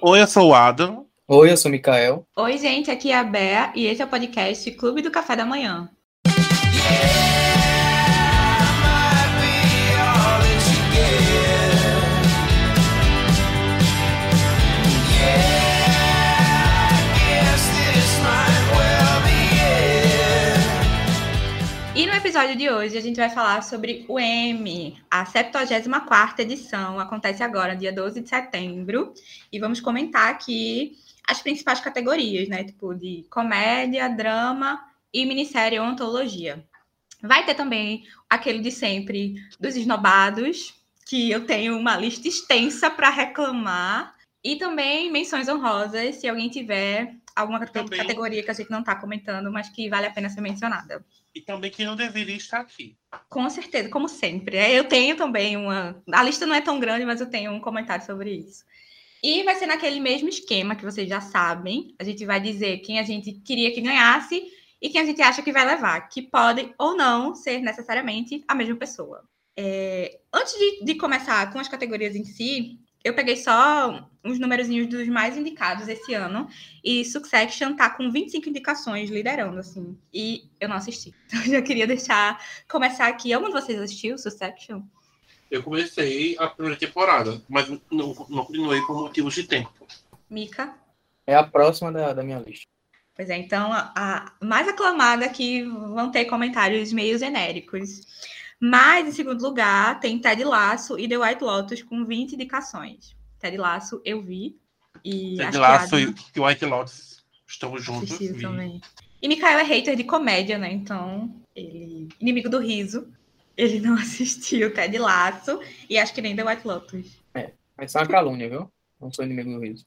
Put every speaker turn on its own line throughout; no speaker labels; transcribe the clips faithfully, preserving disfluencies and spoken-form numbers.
Oi, eu sou o Adam.
Oi, eu sou o Mikael.
Oi, gente, aqui é a Bea e esse é o podcast Clube do Café da Manhã. E no episódio de hoje a gente vai falar sobre o M, a septuagésima quarta edição, acontece agora, dia doze de setembro, e vamos comentar aqui as principais categorias, né, tipo de comédia, drama e minissérie ou antologia. Vai ter também aquele de sempre dos esnobados, que eu tenho uma lista extensa para reclamar, e também menções honrosas, se alguém tiver alguma também categoria que a gente não está comentando, mas que vale a pena ser mencionada.
E também que não deveria estar aqui.
Com certeza, como sempre. Eu tenho também uma... A lista não é tão grande, mas eu tenho um comentário sobre isso. E vai ser naquele mesmo esquema que vocês já sabem. A gente vai dizer quem a gente queria que ganhasse e quem a gente acha que vai levar. Que pode ou não ser necessariamente a mesma pessoa. É... Antes de, de começar com as categorias em si, eu peguei só uns numerozinhos dos mais indicados esse ano. E Succession tá com vinte e cinco indicações, liderando, assim. E eu não assisti. Então, eu já queria deixar... Começar aqui. Algum de vocês assistiu Succession?
Eu comecei a primeira temporada, mas não, não continuei por motivos de tempo.
Mika?
É a próxima da, da minha lista.
Pois é, então, a, a mais aclamada que vão ter comentários meio genéricos. Mas, em segundo lugar, tem Ted Lasso e The White Lotus com vinte indicações. Ted Lasso eu vi. E
Ted
acho
Lasso
que
e White Lotus estamos juntos.
Assistiu também. E Mikael é hater de comédia, né? Então, ele... Inimigo do riso. Ele não assistiu Ted Lasso e acho que nem The White Lotus.
É, mas é uma calúnia, viu? Não sou inimigo do riso.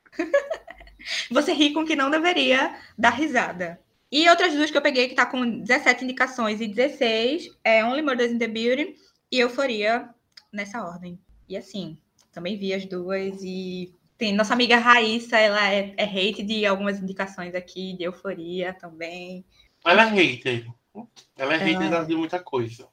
Você ri com que não deveria dar risada. E outras duas que eu peguei, que tá com dezessete indicações e dezesseis, é Only Murders in the Building e Euforia, nessa ordem. E assim, também vi as duas e... Tem nossa amiga Raíssa, ela é, é hate de algumas indicações aqui, de Euforia também.
Ela é hater. Ela é hater
Ela...
de muita coisa.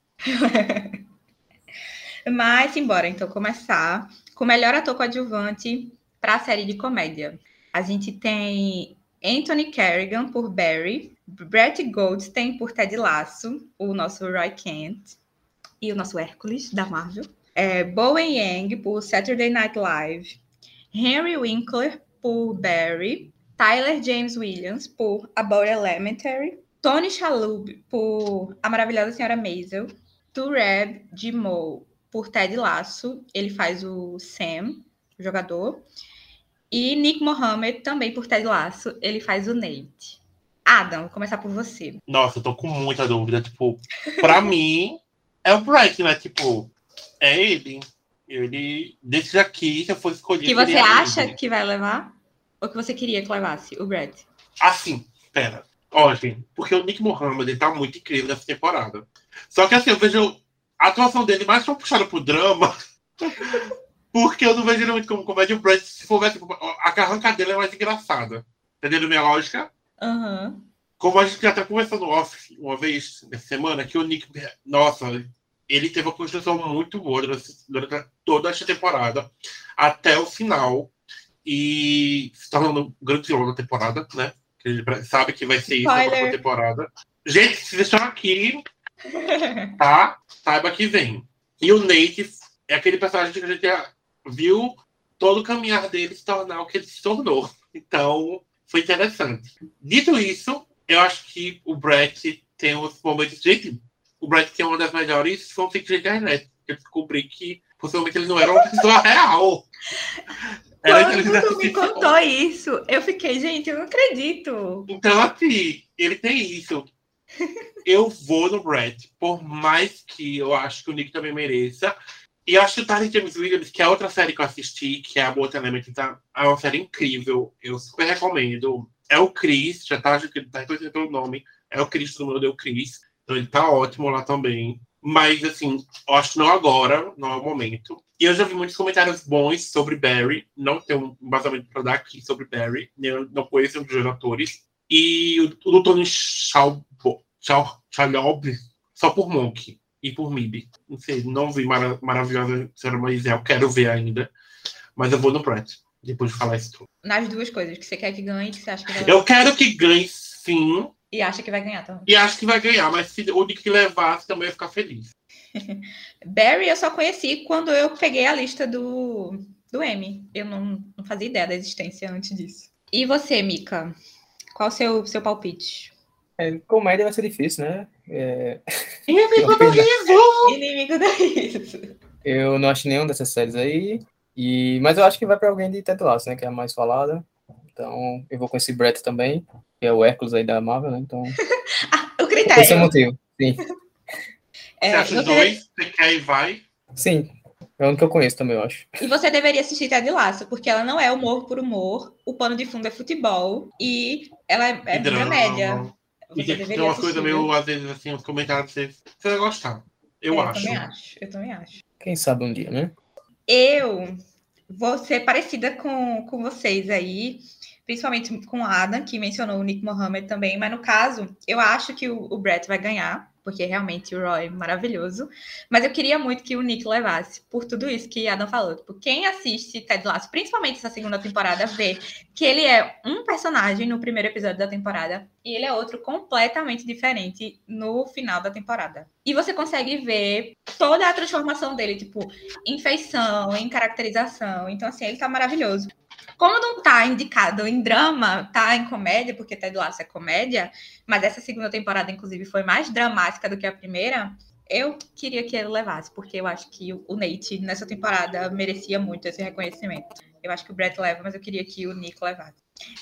Mas, embora então começar com o melhor ator coadjuvante para a série de comédia. A gente tem Anthony Carrigan por Barry, Brett Goldstein por Ted Lasso, o nosso Roy Kent e o nosso Hércules da Marvel. É, Bowen Yang por Saturday Night Live, Henry Winkler por Barry, Tyler James Williams por About Elementary, Tony Shalhoub por A Maravilhosa Senhora Maisel, Tureb Jimoh por Ted Lasso, ele faz o Sam, o jogador, e Nick Mohammed também por Ted Lasso, ele faz o Nate. Adam, vou começar por você.
Nossa, eu tô com muita dúvida. Tipo, pra mim, é o Brett, né? Tipo, é ele. Ele, desse aqui, se eu fosse escolher...
Que você acha
ele.
que vai levar? Ou que você queria que levasse o Brett?
Assim, pera. Ó, gente, porque o Nick Mohammed, ele tá muito incrível nessa temporada. Só que assim, eu vejo a atuação dele mais pra puxada pro drama, porque eu não vejo ele muito como comédia. O Brett, se for ver, a arranca dele é mais engraçada. Entendeu a minha lógica?
Aham. Uhum.
Como a gente já até conversou no off uma vez nessa semana, que o Nick, nossa, ele teve uma construção muito boa durante, durante toda esta temporada, até o final, e se tornando um grande vilão da temporada, né? Que ele sabe que vai ser isso na próxima temporada. Gente, se vocês estão aqui, tá? Saiba que vem. E o Nate é aquele personagem que a gente já viu todo o caminhar dele se tornar o que ele se tornou. Então, foi interessante. Dito isso, eu acho que o Brett tem uns momentos... Gente, o Brett tem uma das melhores fontes de internet. Eu descobri que, possivelmente, ele não era uma pessoa real.
Quando tu me contou isso, eu fiquei, gente, eu não acredito.
Então, assim, ele tem isso. Eu vou no Brett, por mais que eu acho que o Nick também mereça. E eu acho que o Tyler James Williams, que é outra série que eu assisti, que é a Boa Element, tá, é uma série incrível. Eu super recomendo. É o Chris, já tá, já tá reconhecendo pelo nome. É o Chris, todo mundo deu o Chris. Então ele tá ótimo lá também. Mas, assim, eu acho que não agora, não é o momento. E eu já vi muitos comentários bons sobre Barry. Não tenho um embasamento para dar aqui sobre Barry. Eu não conheço um dos atores. E o, o do Tony Shalhoub, só por Monk e por Mib. Não sei, não vi Mara, Maravilhosa Senhora Maisel. Quero ver ainda. Mas eu vou no Brett. depois de falar isso tudo.
Nas duas coisas, que você quer que ganhe e que você acha que vai
Eu quero que ganhe, sim.
E acha que vai ganhar também.
E acho que vai ganhar, mas se o Nick levasse, também ia ficar feliz.
Barry eu só conheci quando eu peguei a lista do, do M. Eu não, não fazia ideia da existência antes disso. E você, Mika? Qual o seu, seu palpite?
É, comédia vai ser difícil, né? É,
Inimigo do riso!
Inimigo do riso.
eu não acho nenhuma dessas séries aí. E, mas eu acho que vai pra alguém de Ted Lasso, né? Que é a mais falada. Então, eu vou com esse Brett também, que é o Hércules aí da Marvel, né? Então,
Ah, o
esse é o
critério.
motivo. Sim,
É,
Você acha os
você-
dois? Você quer e vai?
sim. É o único que eu conheço também, eu acho.
E você deveria assistir Ted Lasso, porque ela não é humor por humor, o pano de fundo é futebol e ela é, é
E drama.
dramédia.
E
Você
tem, tem
deveria
umas coisas
assistir.
meio,
viu?
às vezes, assim, uns comentários que você, você vai gostar. Eu
É,
acho.
Eu também acho, eu também acho.
Quem sabe um dia, né?
Eu vou ser parecida com, com vocês aí, principalmente com o Adam, que mencionou o Nick Mohammed também, mas no caso, eu acho que o, o Brett vai ganhar, porque realmente o Roy é maravilhoso, mas eu queria muito que o Nick levasse, por tudo isso que Adam falou. Tipo, quem assiste Ted Lasso, principalmente essa segunda temporada, vê que ele é um personagem no primeiro episódio da temporada e ele é outro completamente diferente no final da temporada. E você consegue ver toda a transformação dele, tipo, em feição, em caracterização. Então, assim, ele tá maravilhoso. Como não tá indicado em drama, tá em comédia, porque Ted Lasso é comédia, mas essa segunda temporada, inclusive, foi mais dramática do que a primeira, eu queria que ele levasse, porque eu acho que o Nate, nessa temporada, merecia muito esse reconhecimento. Eu acho que o Brett leva, mas eu queria que o Nick levasse.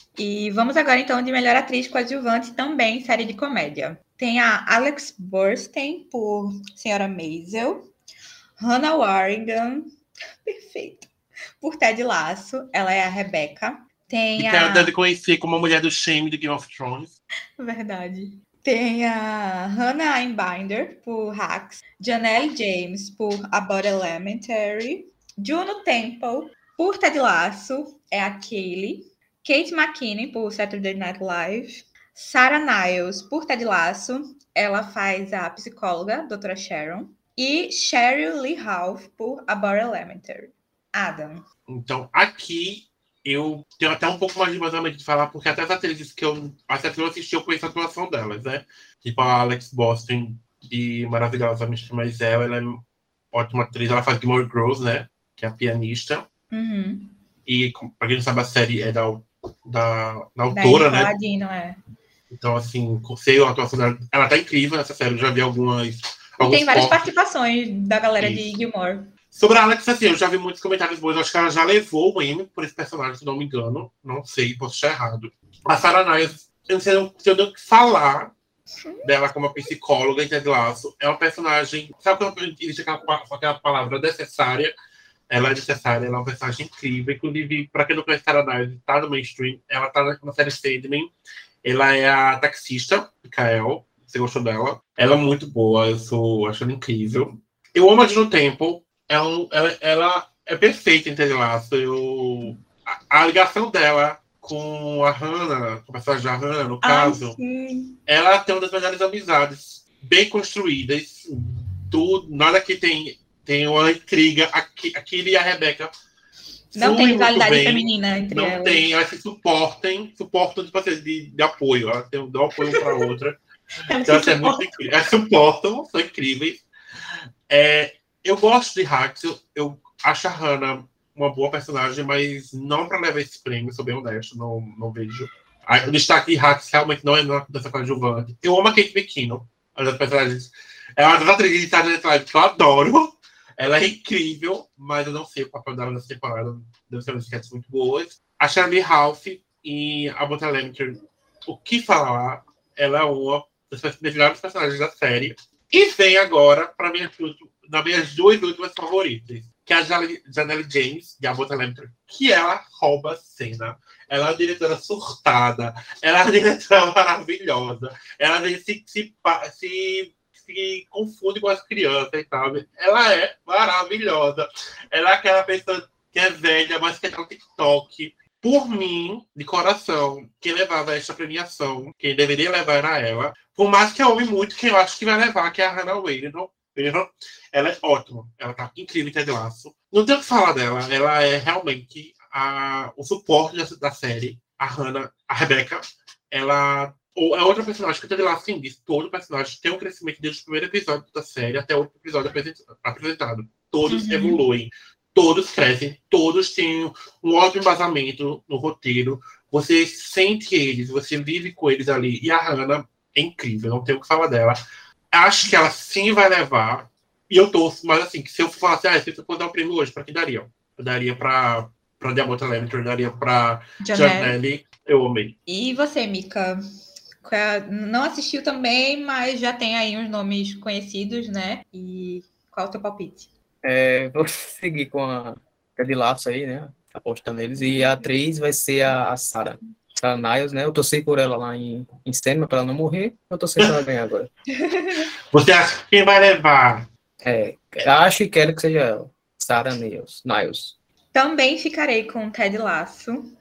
E vamos agora, então, de melhor atriz coadjuvante, também série de comédia. Tem a Alex Borstein, por Senhora Maisel. Hannah Waringham, perfeito, por Ted Lasso. Ela é a Rebecca. Tem
E
a...
que ela deve conhecer como a mulher do Shame de Game of Thrones.
Verdade. Tem a Hannah Einbinder, por Hacks. Janelle James, por About Elementary. Juno Temple, por Ted Lasso, é a Kaylee. Kate McKinney, por Saturday Night Live. Sarah Niles, por Ted Lasso, ela faz a psicóloga, doutora Sharon. E Sheryl Lee Ralph, por About Elementary. Adam.
Então, aqui, eu tenho até um pouco mais de embasamento de falar, porque até as atrizes que eu, as atrizes que eu assisti, eu conheço a atuação delas, né? Tipo a Alex Borstein, de Maravilhosa Mister Maisel, ela é ótima atriz, ela faz Gilmore Girls, né? Que é a pianista.
Uhum.
E, pra quem não sabe, a série é da, da, da
Da
autora,
Amy
né?
Paladino, é.
Então, assim, sei a atuação dela. Ela tá incrível nessa série, eu já vi algumas.
E tem várias
cortes.
participações da galera
Isso.
de Gilmore.
Sobre a Alex, assim, eu já vi muitos comentários bons. Eu acho que ela já levou o Emmy por esse personagem, se não me engano. Não sei, posso estar errado. A Sarah Niles, eu não sei se eu tenho que falar dela como psicóloga em Ted Lasso. É um personagem... Sabe quando existe aquela, aquela palavra necessária? Ela é necessária, ela é uma personagem incrível. Inclusive, para quem não conhece Sarah Niles, tá no mainstream. Ela tá na série Sandman. Ela é a taxista, Mikael. Você gostou dela? Ela é muito boa, eu sou, acho ela incrível. Eu amo a Juno Temple. É um, ela, ela é perfeita em Ted Lasso. Eu, a, a ligação dela com a Hannah, com a personagem da Hannah, no caso,
sim.
ela tem uma das melhores amizades, bem construídas. Tudo, nada que tem, tem uma intriga. Aqui, aquele e a Rebecca.
Não
fluem
tem
muito
rivalidade
bem.
feminina entre
Não
elas.
tem, elas se suportem, suportam tipo, assim, de, de apoio. Elas têm, dão apoio uma para a outra.
Elas
Então,
se
assim, é muito incrível. Elas suportam, são incríveis. É, eu gosto de Hacks, eu, eu acho a Hannah uma boa personagem, mas não para levar esse prêmio, sou bem honesto, não, não vejo. A, o destaque de Hacks realmente não é dessa coadjuvante. Eu amo a Kate McKinnon, uma das personagens. É uma das atrizes de Saturday Night Live que eu adoro. Ela é incrível, mas eu não sei o papel dela nessa temporada. Deve ser umas sketches muito boas. A Shirley Ralph e a Bota Lemter, o que falar? Ela é uma das melhores personagens da série. E vem agora para minha, nas minhas duas últimas favoritas, que é a Janelle James, de A Bota Lemter, que ela rouba a cena. Ela é uma diretora surtada, ela é uma diretora maravilhosa, ela se, se, se, se confunde com as crianças, sabe? Ela é maravilhosa. Ela é aquela pessoa que é velha, mas que é no TikTok. Por mim, de coração, quem levava esta premiação, quem deveria levar era ela. Por mais que eu ame muito, quem eu acho que vai levar, que é a Hannah Waringham. Ela é ótima. Ela tá incrível em Ted Lasso. Não tenho o que falar dela. Ela é realmente a, o suporte da, da série, a Hannah, a Rebecca, ela ou é outra personagem que teve lá, assim, diz, todo personagem tem um crescimento desde o primeiro episódio da série até o episódio apresentado. Todos uhum. evoluem, todos crescem, todos têm um ótimo embasamento no roteiro. Você sente eles, você vive com eles ali. E a Hannah é incrível, não tenho o que falar dela. Acho que ela sim vai levar, e eu torço, mas assim, que se eu falasse, ah, se eu fosse dar o prêmio hoje, pra quem daria? Eu daria pra, pra Diamante Elementor, eu daria pra Janelle. Eu amei.
E você, Mika? Não assistiu também, mas já tem aí uns nomes conhecidos, né? E qual é o teu palpite?
É, vou seguir com a Ted Lasso aí, né? Apostando neles. E a atriz vai ser a, a Sarah. Sarah Niles, né? Eu torci por ela lá em, em cinema pra ela não morrer. Eu torci pra ela ganhar agora.
Você acha que quem vai levar?
É, acho e quero que seja ela. Sarah Niles. Niles.
Também ficarei com o Ted Lasso.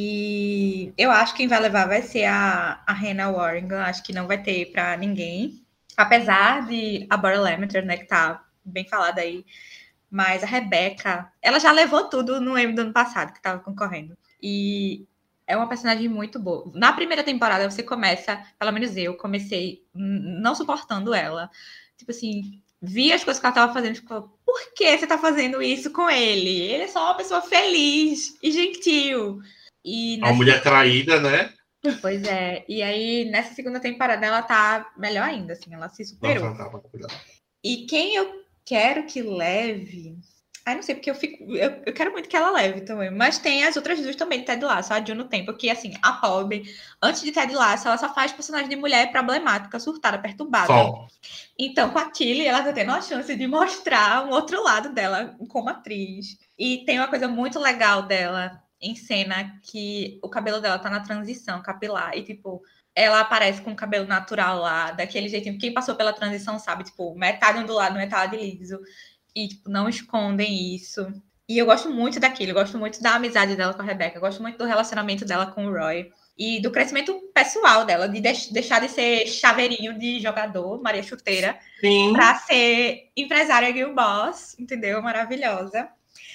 E eu acho que quem vai levar vai ser a, a Hannah Waringham. Acho que não vai ter pra ninguém. Apesar de a Bora Lemmeter, né, que tá bem falada aí. Mas a Rebecca, ela já levou tudo no Emmy do ano passado, que tava concorrendo. E é uma personagem muito boa. Na primeira temporada, você começa, pelo menos eu, comecei não suportando ela. Tipo assim, vi as coisas que ela tava fazendo, tipo, por que você tá fazendo isso com ele? Ele é só uma pessoa feliz e gentil. E
nessa... Uma mulher traída, né?
Pois é. E aí, nessa segunda temporada, ela tá melhor ainda, assim, ela se superou.
Nossa, tá, tá, tá.
E quem eu quero que leve... Ah, não sei, porque eu fico... Eu, eu quero muito que ela leve também. Mas tem as outras duas também de Ted Lasso. A Juno Temple, que, assim, a Pobre, antes de Ted Lasso, ela só faz personagem de mulher problemática, surtada, perturbada.
Só.
Então, com a Tilly, ela tá tendo uma chance de mostrar um outro lado dela como atriz. E tem uma coisa muito legal dela em cena, que o cabelo dela tá na transição capilar. E, tipo... ela aparece com o cabelo natural lá, daquele jeitinho. Quem passou pela transição sabe, tipo, metade ondulado, metade liso. E, tipo, não escondem isso. E eu gosto muito daquilo. Eu gosto muito da amizade dela com a Rebecca. Eu gosto muito do relacionamento dela com o Roy. E do crescimento pessoal dela, de deixar de ser chaveirinho de jogador, Maria Chuteira,
Sim.
Pra ser empresária Girl Boss, entendeu? Maravilhosa.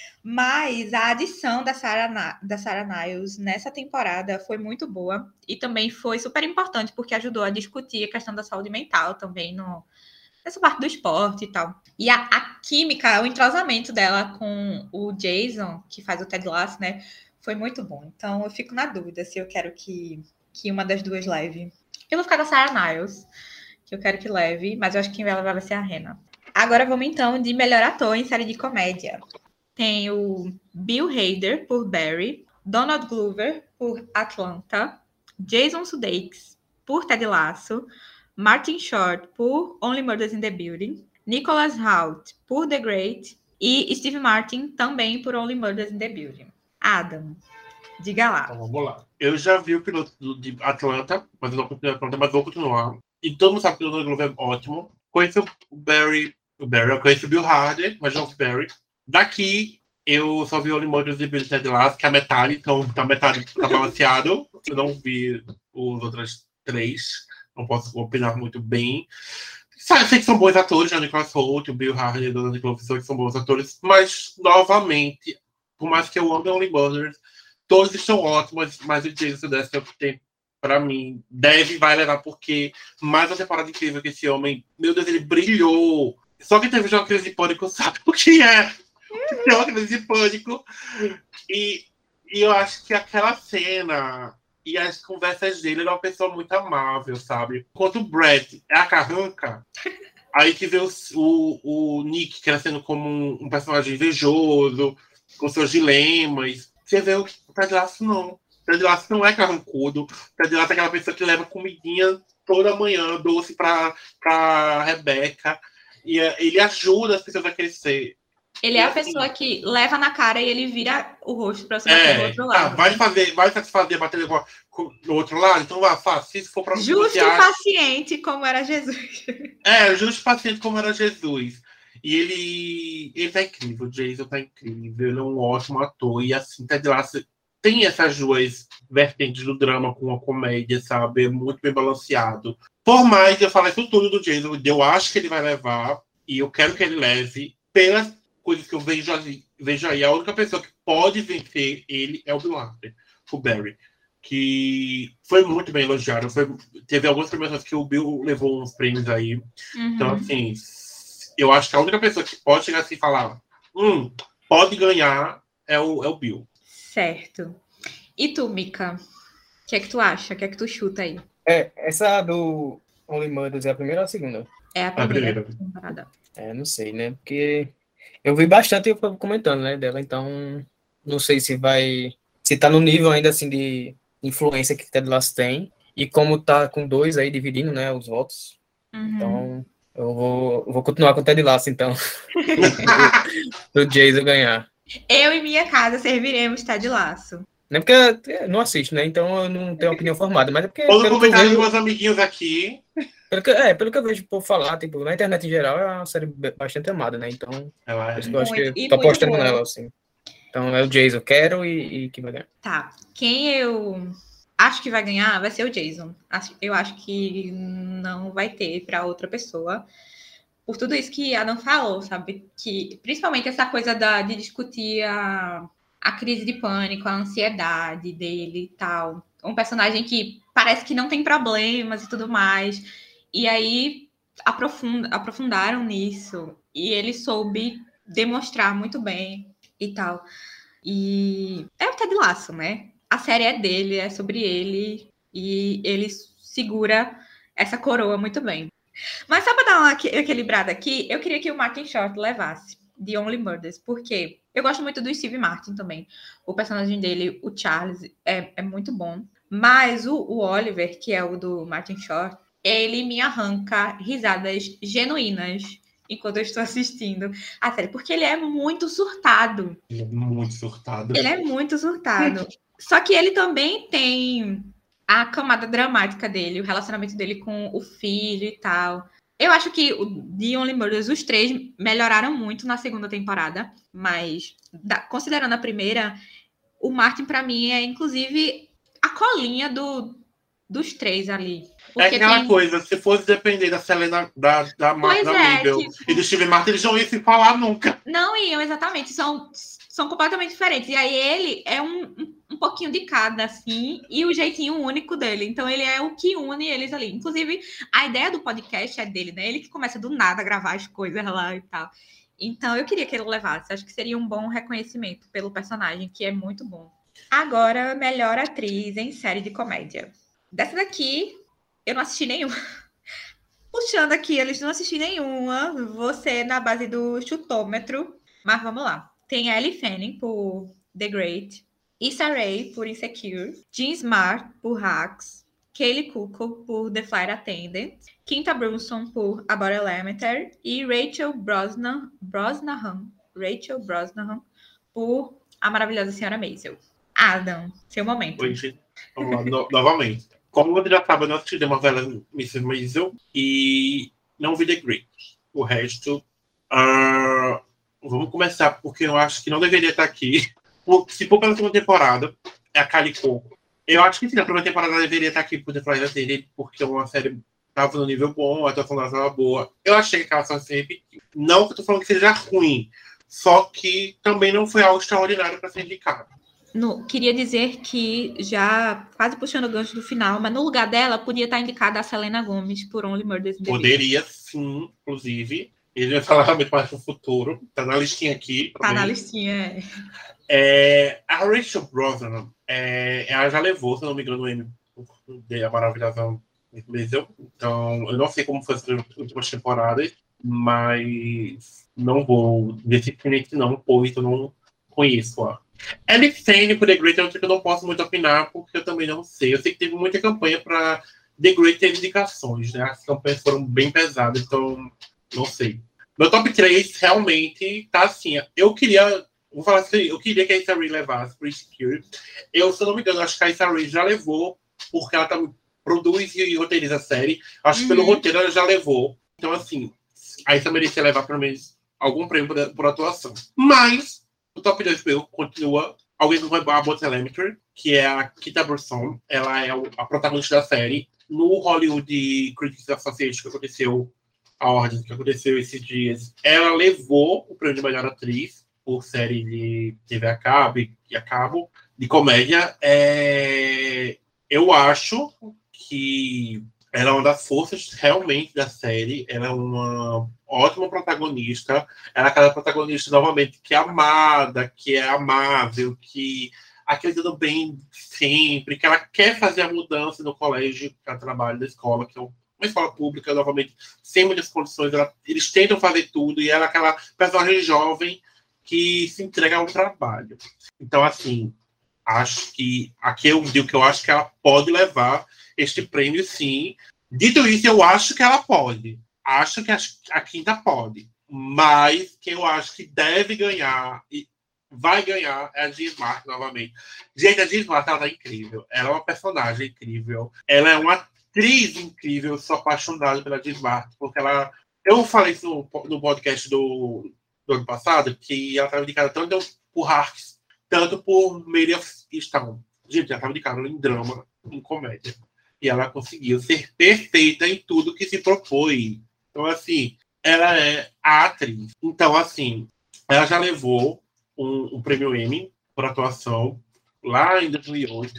Mas a adição da Sarah, da Sarah Niles nessa temporada foi muito boa e também foi super importante porque ajudou a discutir a questão da saúde mental também no, nessa parte do esporte e tal. E a, a química, o entrosamento dela com o Jason, que faz o Ted Lasso, né, foi muito bom. Então eu fico na dúvida se eu quero que, que uma das duas leve. Eu vou ficar com a Sarah Niles, que eu quero que leve, mas eu acho que quem vai levar vai ser a Hannah. Agora vamos então de melhor ator em série de comédia. Tem o Bill Hader, por Barry, Donald Glover, por Atlanta, Jason Sudeikis, por Ted Lasso, Martin Short, por Only Murders in the Building, Nicholas Hoult, por The Great, e Steve Martin, também por Only Murders in the Building. Adam, diga lá.
Então, vamos lá. Eu já vi o piloto de Atlanta, mas eu não continuei Atlanta, mas vou continuar. E todo mundo sabe que o Donald Glover é ótimo. Conheci o Barry, o Barry, eu conheci o Bill Hader, mas não o Barry. Daqui, eu só vi o Only Murders in the Building Ted Lasso, que é a metade, então tá metade tá balanceado. Eu não vi os outros três, não posso opinar muito bem. Sei que são bons atores, né? Nicholas Hoult, o Bill Hader e o Donald Glover são bons atores, mas, novamente, por mais que eu ame Only Murders, todos estão ótimos, mas o Jason Sudeikis tem, pra mim, deve e vai levar, porque mais uma temporada incrível que esse homem, meu Deus, ele brilhou. Só quem teve uma crise de pânico sabe o que é. Tem uma crise de pânico. E, e eu acho que aquela cena e as conversas dele, ele é uma pessoa muito amável, sabe? Enquanto o Brad é a carranca, aí que vê o, o, o Nick crescendo como um, um personagem invejoso, com seus dilemas. Você vê o Ted Lasso não. O Ted Lasso não é carrancudo. O Ted Lasso é aquela pessoa que leva comidinha toda manhã, doce pra, pra Rebecca. E ele ajuda as pessoas a crescer.
Ele
e
é a
assim,
pessoa que leva na cara e ele vira o rosto pra você
é,
bater do outro lado.
Ah, vai fazer, vai satisfazer, bater no outro lado, então vá, faça. Se isso for pra
Justo e paciente, como era Jesus.
É, justo e paciente, como era Jesus. E ele, ele tá incrível, o Jason tá incrível, ele é um ótimo ator. E assim, Ted Lasso tem essas duas vertentes do drama com a comédia, sabe? É muito bem balanceado. Por mais que eu fale isso tudo do Jason, eu acho que ele vai levar, e eu quero que ele leve, pela coisas que eu vejo, ali- vejo aí, a única pessoa que pode vencer ele é o Bill Hader, o Barry. Que foi muito bem elogiado. Foi, teve algumas premiações que o Bill levou uns prêmios aí.
Uhum.
Então, assim, eu acho que a única pessoa que pode chegar assim e falar hum, pode ganhar é o, é o Bill.
Certo. E tu, Mika? O que é que tu acha? O que é que tu chuta aí?
É, essa do Only Murders é a primeira ou a segunda?
É a
A
primeira,
primeira.
temporada.
É, não sei, né? Porque eu vi bastante eu fui comentando, né, dela, então não sei se vai. Se tá no nível ainda assim de influência que Ted Lasso tem. E como tá com dois aí dividindo, né, os votos.
Uhum.
Então eu vou, eu vou continuar com o Ted Lasso, então. Do Jason ganhar.
Eu e minha casa serviremos Ted Lasso.
Não é porque eu não assisto, né? Então eu não tenho opinião formada, mas é porque
Todo
pelo que eu
comentário dos
vejo,
meus amiguinhos aqui.
pelo que, é, pelo que eu vejo o povo falar, tipo, na internet em geral é uma série bastante amada, né? Então,
Ela
por
é.
isso que eu acho
Muito,
que
e
tô
muito
apostando
boa.
nela, assim. Então é o Jason, quero e, e que vai ganhar.
Tá. Quem eu acho que vai ganhar vai ser o Jason. Acho- Eu acho que não vai ter para outra pessoa. Por tudo isso que Adam falou, sabe? Que principalmente essa coisa da, de discutir a, a crise de pânico, a ansiedade dele e tal. Um personagem que parece que não tem problemas e tudo mais. E aí aprofunda, aprofundaram nisso. E ele soube demonstrar muito bem e tal. E é o Ted Lasso, né? A série é dele, é sobre ele. E ele segura essa coroa muito bem. Mas só para dar uma equi- equilibrada aqui, eu queria que o Martin Short levasse The Only Murders, porque eu gosto muito do Steve Martin também. O personagem dele, o Charles, é, é muito bom. Mas o, o Oliver, que é o do Martin Short, ele me arranca risadas genuínas enquanto eu estou assistindo a série, porque ele é muito surtado.
Ele é muito surtado.
Ele é muito surtado. Só que ele também tem a camada dramática dele, o relacionamento dele com o filho e tal. Eu acho que o The Only Murders, os três melhoraram muito na segunda temporada, mas da- considerando a primeira, o Martin, pra mim, é inclusive a colinha do, dos três ali.
É
Porque
aquela
tem.
coisa, se fosse depender da Selena, da, da, Ma-
Pois
da
é,
Mabel
tipo-
e do Steve Martin, eles não iam se falar nunca.
Não iam, exatamente. São, são completamente diferentes. E aí ele é um, um, um pouquinho de cada, assim, e o jeitinho único dele. Então ele é o que une eles ali. Inclusive, a ideia do podcast é dele, né? Ele que começa do nada a gravar as coisas lá e tal. Então eu queria que ele levasse. Acho que seria um bom reconhecimento pelo personagem, que é muito bom. Agora, melhor atriz em série de comédia. Dessa daqui, eu não assisti nenhuma. Puxando aqui, eles não assisti nenhuma. Você na base do chutômetro. Mas vamos lá. Tem Ellie Fanning por The Great, Issa Rae por Insecure, Jean Smart por Hacks, Kaylee Cuoco por The Flight Attendant, Quinta Brunson por About Elementary e Rachel Brosnan, Brosnahan, Rachel Brosnahan por A Maravilhosa Senhora Maisel. Adam, seu momento.
Oi, gente. Vamos lá, no- novamente. Como você já sabe, eu não assisti The Marvelous missus Maisel e não vi The Great. O resto, ah, vamos começar, porque eu acho que não deveria estar aqui. Por- Se for pela segunda temporada, é a Kylie Cuoco. Eu acho que sim, na primeira temporada ela deveria estar aqui por The Flight Attendant, porque é uma série estava no nível bom, a atuação dela estava boa. Eu achei que ela só se repetiu. Não que eu tô falando que seja ruim, só que também não foi algo extraordinário para ser indicado.
No, queria dizer que, já quase puxando o gancho do final, mas no lugar dela podia estar indicada a Selena Gomez por Only Murders in the Building.
Poderia sim, inclusive. Ele vai falar muito mais no futuro. Tá na listinha aqui.
Tá
também.
na listinha, é.
É, a Rachel Brosnahan, é, ela já levou, se não me engano, o Emmy de A Maravilhosa Maisel. Então, eu não sei como foi as últimas temporadas, mas não vou definitivamente não, pois eu não conheço-a. Ellie Fanning por The Great é um que eu não posso muito opinar, porque eu também não sei. Eu sei que teve muita campanha para The Great ter indicações, né? As campanhas foram bem pesadas, então não sei. Meu top três realmente tá assim. Eu queria, vou falar assim, eu queria que a Issa Rae levasse por Insecure. Eu, se eu não me engano, acho que a Issa Rae já levou, porque ela tá, produz e roteiriza a série. Acho que
Uhum.
pelo roteiro ela já levou. Então, assim, a Issa merecia levar pelo menos algum prêmio por, por atuação. Mas o top dois meu continua alguém que vai a About Elementary, que é a Quinta Brunson. Ela é a protagonista da série. No Hollywood Critics Association, que aconteceu a ordem que aconteceu esses dias, ela levou o prêmio de melhor atriz por série de T V a cabo e a cabo de comédia. É... Eu acho que ela é uma das forças realmente da série. Ela é uma ótima protagonista. Ela é aquela protagonista, novamente, que é amada, que é amável, que acredita no bem sempre, que ela quer fazer a mudança no colégio que ela trabalha, da escola, que é uma escola pública, novamente, sem muitas condições. Ela, eles tentam fazer tudo e ela é aquela personagem jovem que se entrega ao trabalho. Então, assim, acho que aqui eu digo que eu acho que ela pode levar este prêmio, sim. Dito isso, eu acho que ela pode. Acho que a, a Quinta pode. Mas quem eu acho que deve ganhar e vai ganhar é a Jean Smart novamente. Gente, a Jean Smart, ela tá incrível. Ela é uma personagem incrível. Ela é uma atriz incrível. Eu sou apaixonado pela Jean Smart, porque ela... Eu falei isso no, no podcast do, do ano passado, que ela estava indicada tanto por Harks, tanto por Mary of Easttown. Gente, ela estava indicada em drama, em comédia. E ela conseguiu ser perfeita em tudo que se propôs. Então, assim, ela é a atriz. Então, assim, ela já levou um, um prêmio Emmy por atuação lá em dois mil e oito,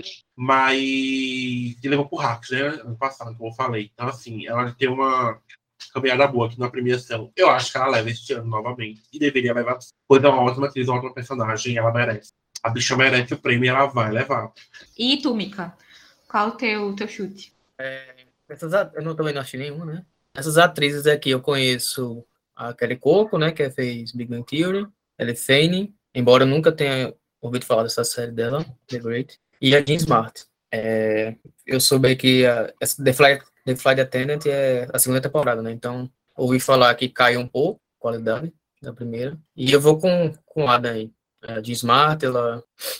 mas levou por Harks, né? Ano passado, como eu falei. Então, assim, ela tem uma caminhada boa aqui na premiação. Eu acho que ela leva este ano novamente. E deveria levar, pois é uma ótima atriz, uma ótima personagem, ela merece. A bicha merece o prêmio e ela vai levar.
E tu, Mika? Qual o teu, teu chute?
É, essas, eu não, também não achei nenhuma, né? Essas atrizes aqui eu conheço a Kelly Coco, né? Que fez Big Bang Theory. Ellie Fanning, embora eu nunca tenha ouvido falar dessa série dela, The Great. E a Jean Smart. É, eu soube que a, essa The, Flight, The Flight Attendant é a segunda temporada, né? Então, ouvi falar que caiu um pouco a qualidade da primeira. E eu vou com, com a daí. A Jean Smart, ela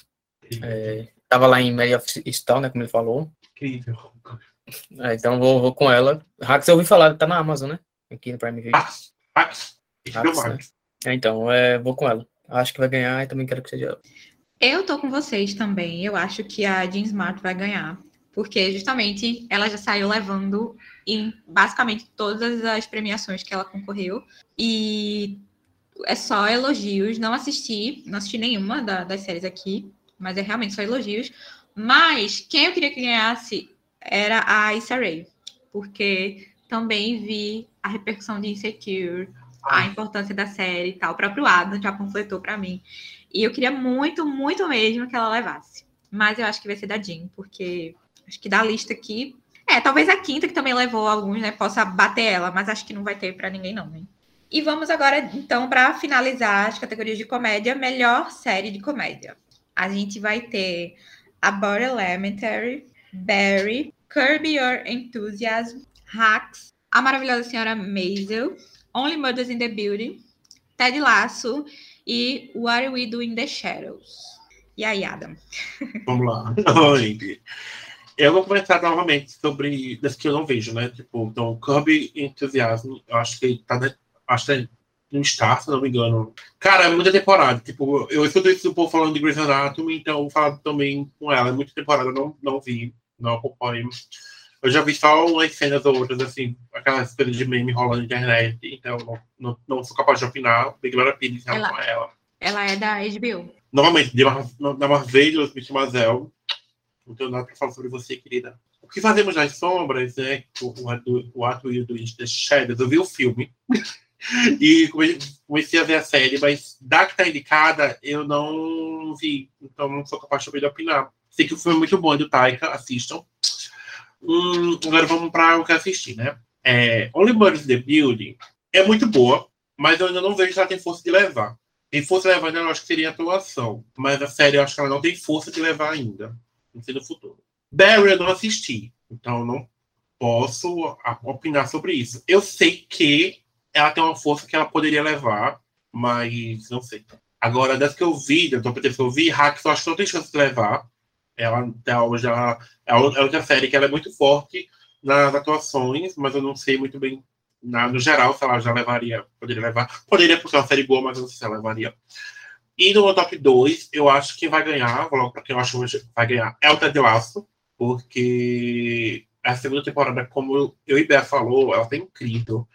é, tava lá em Mary of Easttown, né? Como ele falou.
Incrível.
É, então vou, vou com ela. Hacks eu ouvi falar, tá na Amazon, né? Aqui no Prime Video.
Hacks. Hacks.
Hacks, né? É, então, é, vou com ela. Acho que vai ganhar e também quero que seja ela.
Eu tô com vocês também. Eu acho que a Jean Smart vai ganhar. Porque justamente ela já saiu levando em basicamente todas as premiações que ela concorreu. E é só elogios. Não assisti, não assisti nenhuma da, das séries aqui, mas é realmente só elogios. Mas quem eu queria que ganhasse era a Issa Rae, porque também vi a repercussão de Insecure, a importância da série e tal. O próprio Adam já panfletou para mim. E eu queria muito, muito mesmo que ela levasse. Mas eu acho que vai ser da Jean, porque acho que da lista aqui... É, talvez a Quinta, que também levou alguns, né, possa bater ela, mas acho que não vai ter para ninguém não, né? E vamos agora, então, para finalizar as categorias de comédia, melhor série de comédia. A gente vai ter A Body Elementary, Barry, Curb Your Enthusiasm, Hacks, A Maravilhosa Senhora Maisel, Only Murders in the Building, Ted Lasso e What Are We Do in the Shadows. E aí, Adam?
Vamos lá. Eu vou comentar novamente sobre das que eu não vejo, né? Tipo, então, Curb Enthusiasm, eu acho que tá, né? Acho que é no Star, se não me engano. Cara, é muita temporada. Tipo, eu escuto isso do povo falando de Grey's Anatomy, então eu vou falar também com ela. É muita temporada, eu não, não vi, não acompanho. Eu já vi só umas cenas ou outras, assim, aquelas coisas de meme rolando na internet, então não, não, não sou capaz de opinar. Big Brother Pires ela, com ela.
Ela é da H B O.
Novamente, da Marvel, Smith Mazel. Não tenho nada para falar sobre você, querida. O que fazemos nas sombras, né? O, o, o ato do The Shadows. Eu vi o filme e comecei a ver a série, mas da que tá indicada, eu não vi. Então não sou capaz de opinar. Sei que o filme é muito bom, é do Taika, assistam. Hum, agora vamos para o que assisti, né? É, Only Murders in the Building é muito boa, mas eu ainda não vejo se ela tem força de levar. Se fosse levar, eu acho que seria atuação. Mas a série, eu acho que ela não tem força de levar ainda. Não sei no futuro. Barry eu não assisti, então eu não posso opinar sobre isso. Eu sei que ela tem uma força que ela poderia levar, mas não sei. Agora, das que eu vi, da top três que eu vi, Hacks eu acho que não tem chance de levar. Ela até hoje ela, é outra série que ela é muito forte nas atuações, mas eu não sei muito bem, na, no geral, se ela já levaria, poderia levar. Poderia, porque é uma série boa, mas eu não sei se ela levaria. E no meu top dois, eu acho que vai ganhar, vou logo para quem eu acho que vai ganhar, é o Ted Lasso, porque a segunda temporada, como eu e Bea falou, ela tá incrível.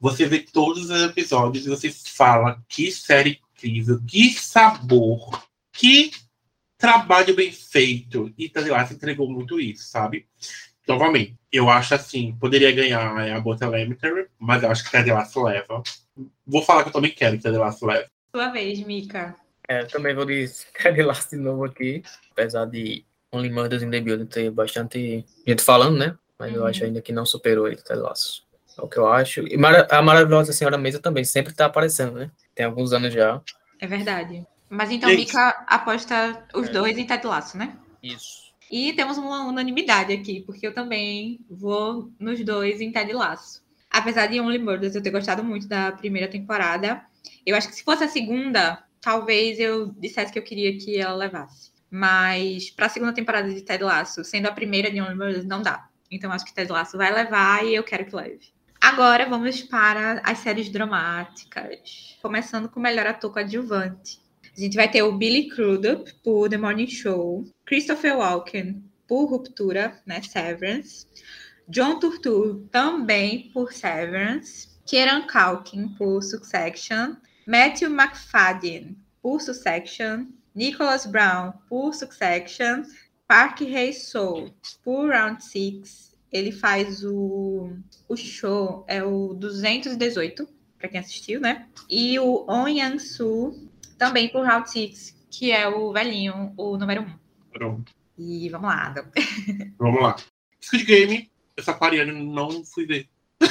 você vê todos os episódios e você fala que série incrível, que sabor, que trabalho bem feito. E Ted Lasso entregou muito isso, sabe? Novamente, eu acho assim, poderia ganhar a Abbott Elementary, mas eu acho que Ted Lasso leva. Vou falar que eu também quero que Ted Lasso leve.
Sua vez, Mika.
É, eu também vou de Ted Lasso de novo aqui, apesar de Only Murders in the Building ter bastante gente falando, né? Mas uhum. eu acho ainda que não superou ele, Ted Lasso. É o que eu acho. E a Maravilhosa Senhora Mesa também sempre tá aparecendo, né? Tem alguns anos já.
É verdade. Mas então Gente. Mika aposta os é. dois em Ted Lasso, né?
Isso.
E temos uma unanimidade aqui, porque eu também vou nos dois em Ted Lasso. Apesar de Only Murders eu ter gostado muito da primeira temporada, eu acho que se fosse a segunda, talvez eu dissesse que eu queria que ela levasse. Mas para a segunda temporada de Ted Lasso, sendo a primeira de Only Murders, não dá. Então acho que Ted Lasso vai levar e eu quero que leve. Agora vamos para as séries dramáticas. Começando com o melhor ator coadjuvante. A gente vai ter o Billy Crudup por The Morning Show, Christopher Walken por Ruptura, né, Severance, John Turturro também por Severance, Kieran Culkin por Succession, Matthew McFadden por Succession, Nicholas Brown por Succession, Park Hae-soo por Round Six. Ele faz o, o show, é o duzentos e dezoito, para quem assistiu, né? E o On Yang-soo, também por Round Six, que é o velhinho, o número um.
Pronto.
E vamos lá.
Vamos lá. Squid Game, essa Aquariana não fui ver.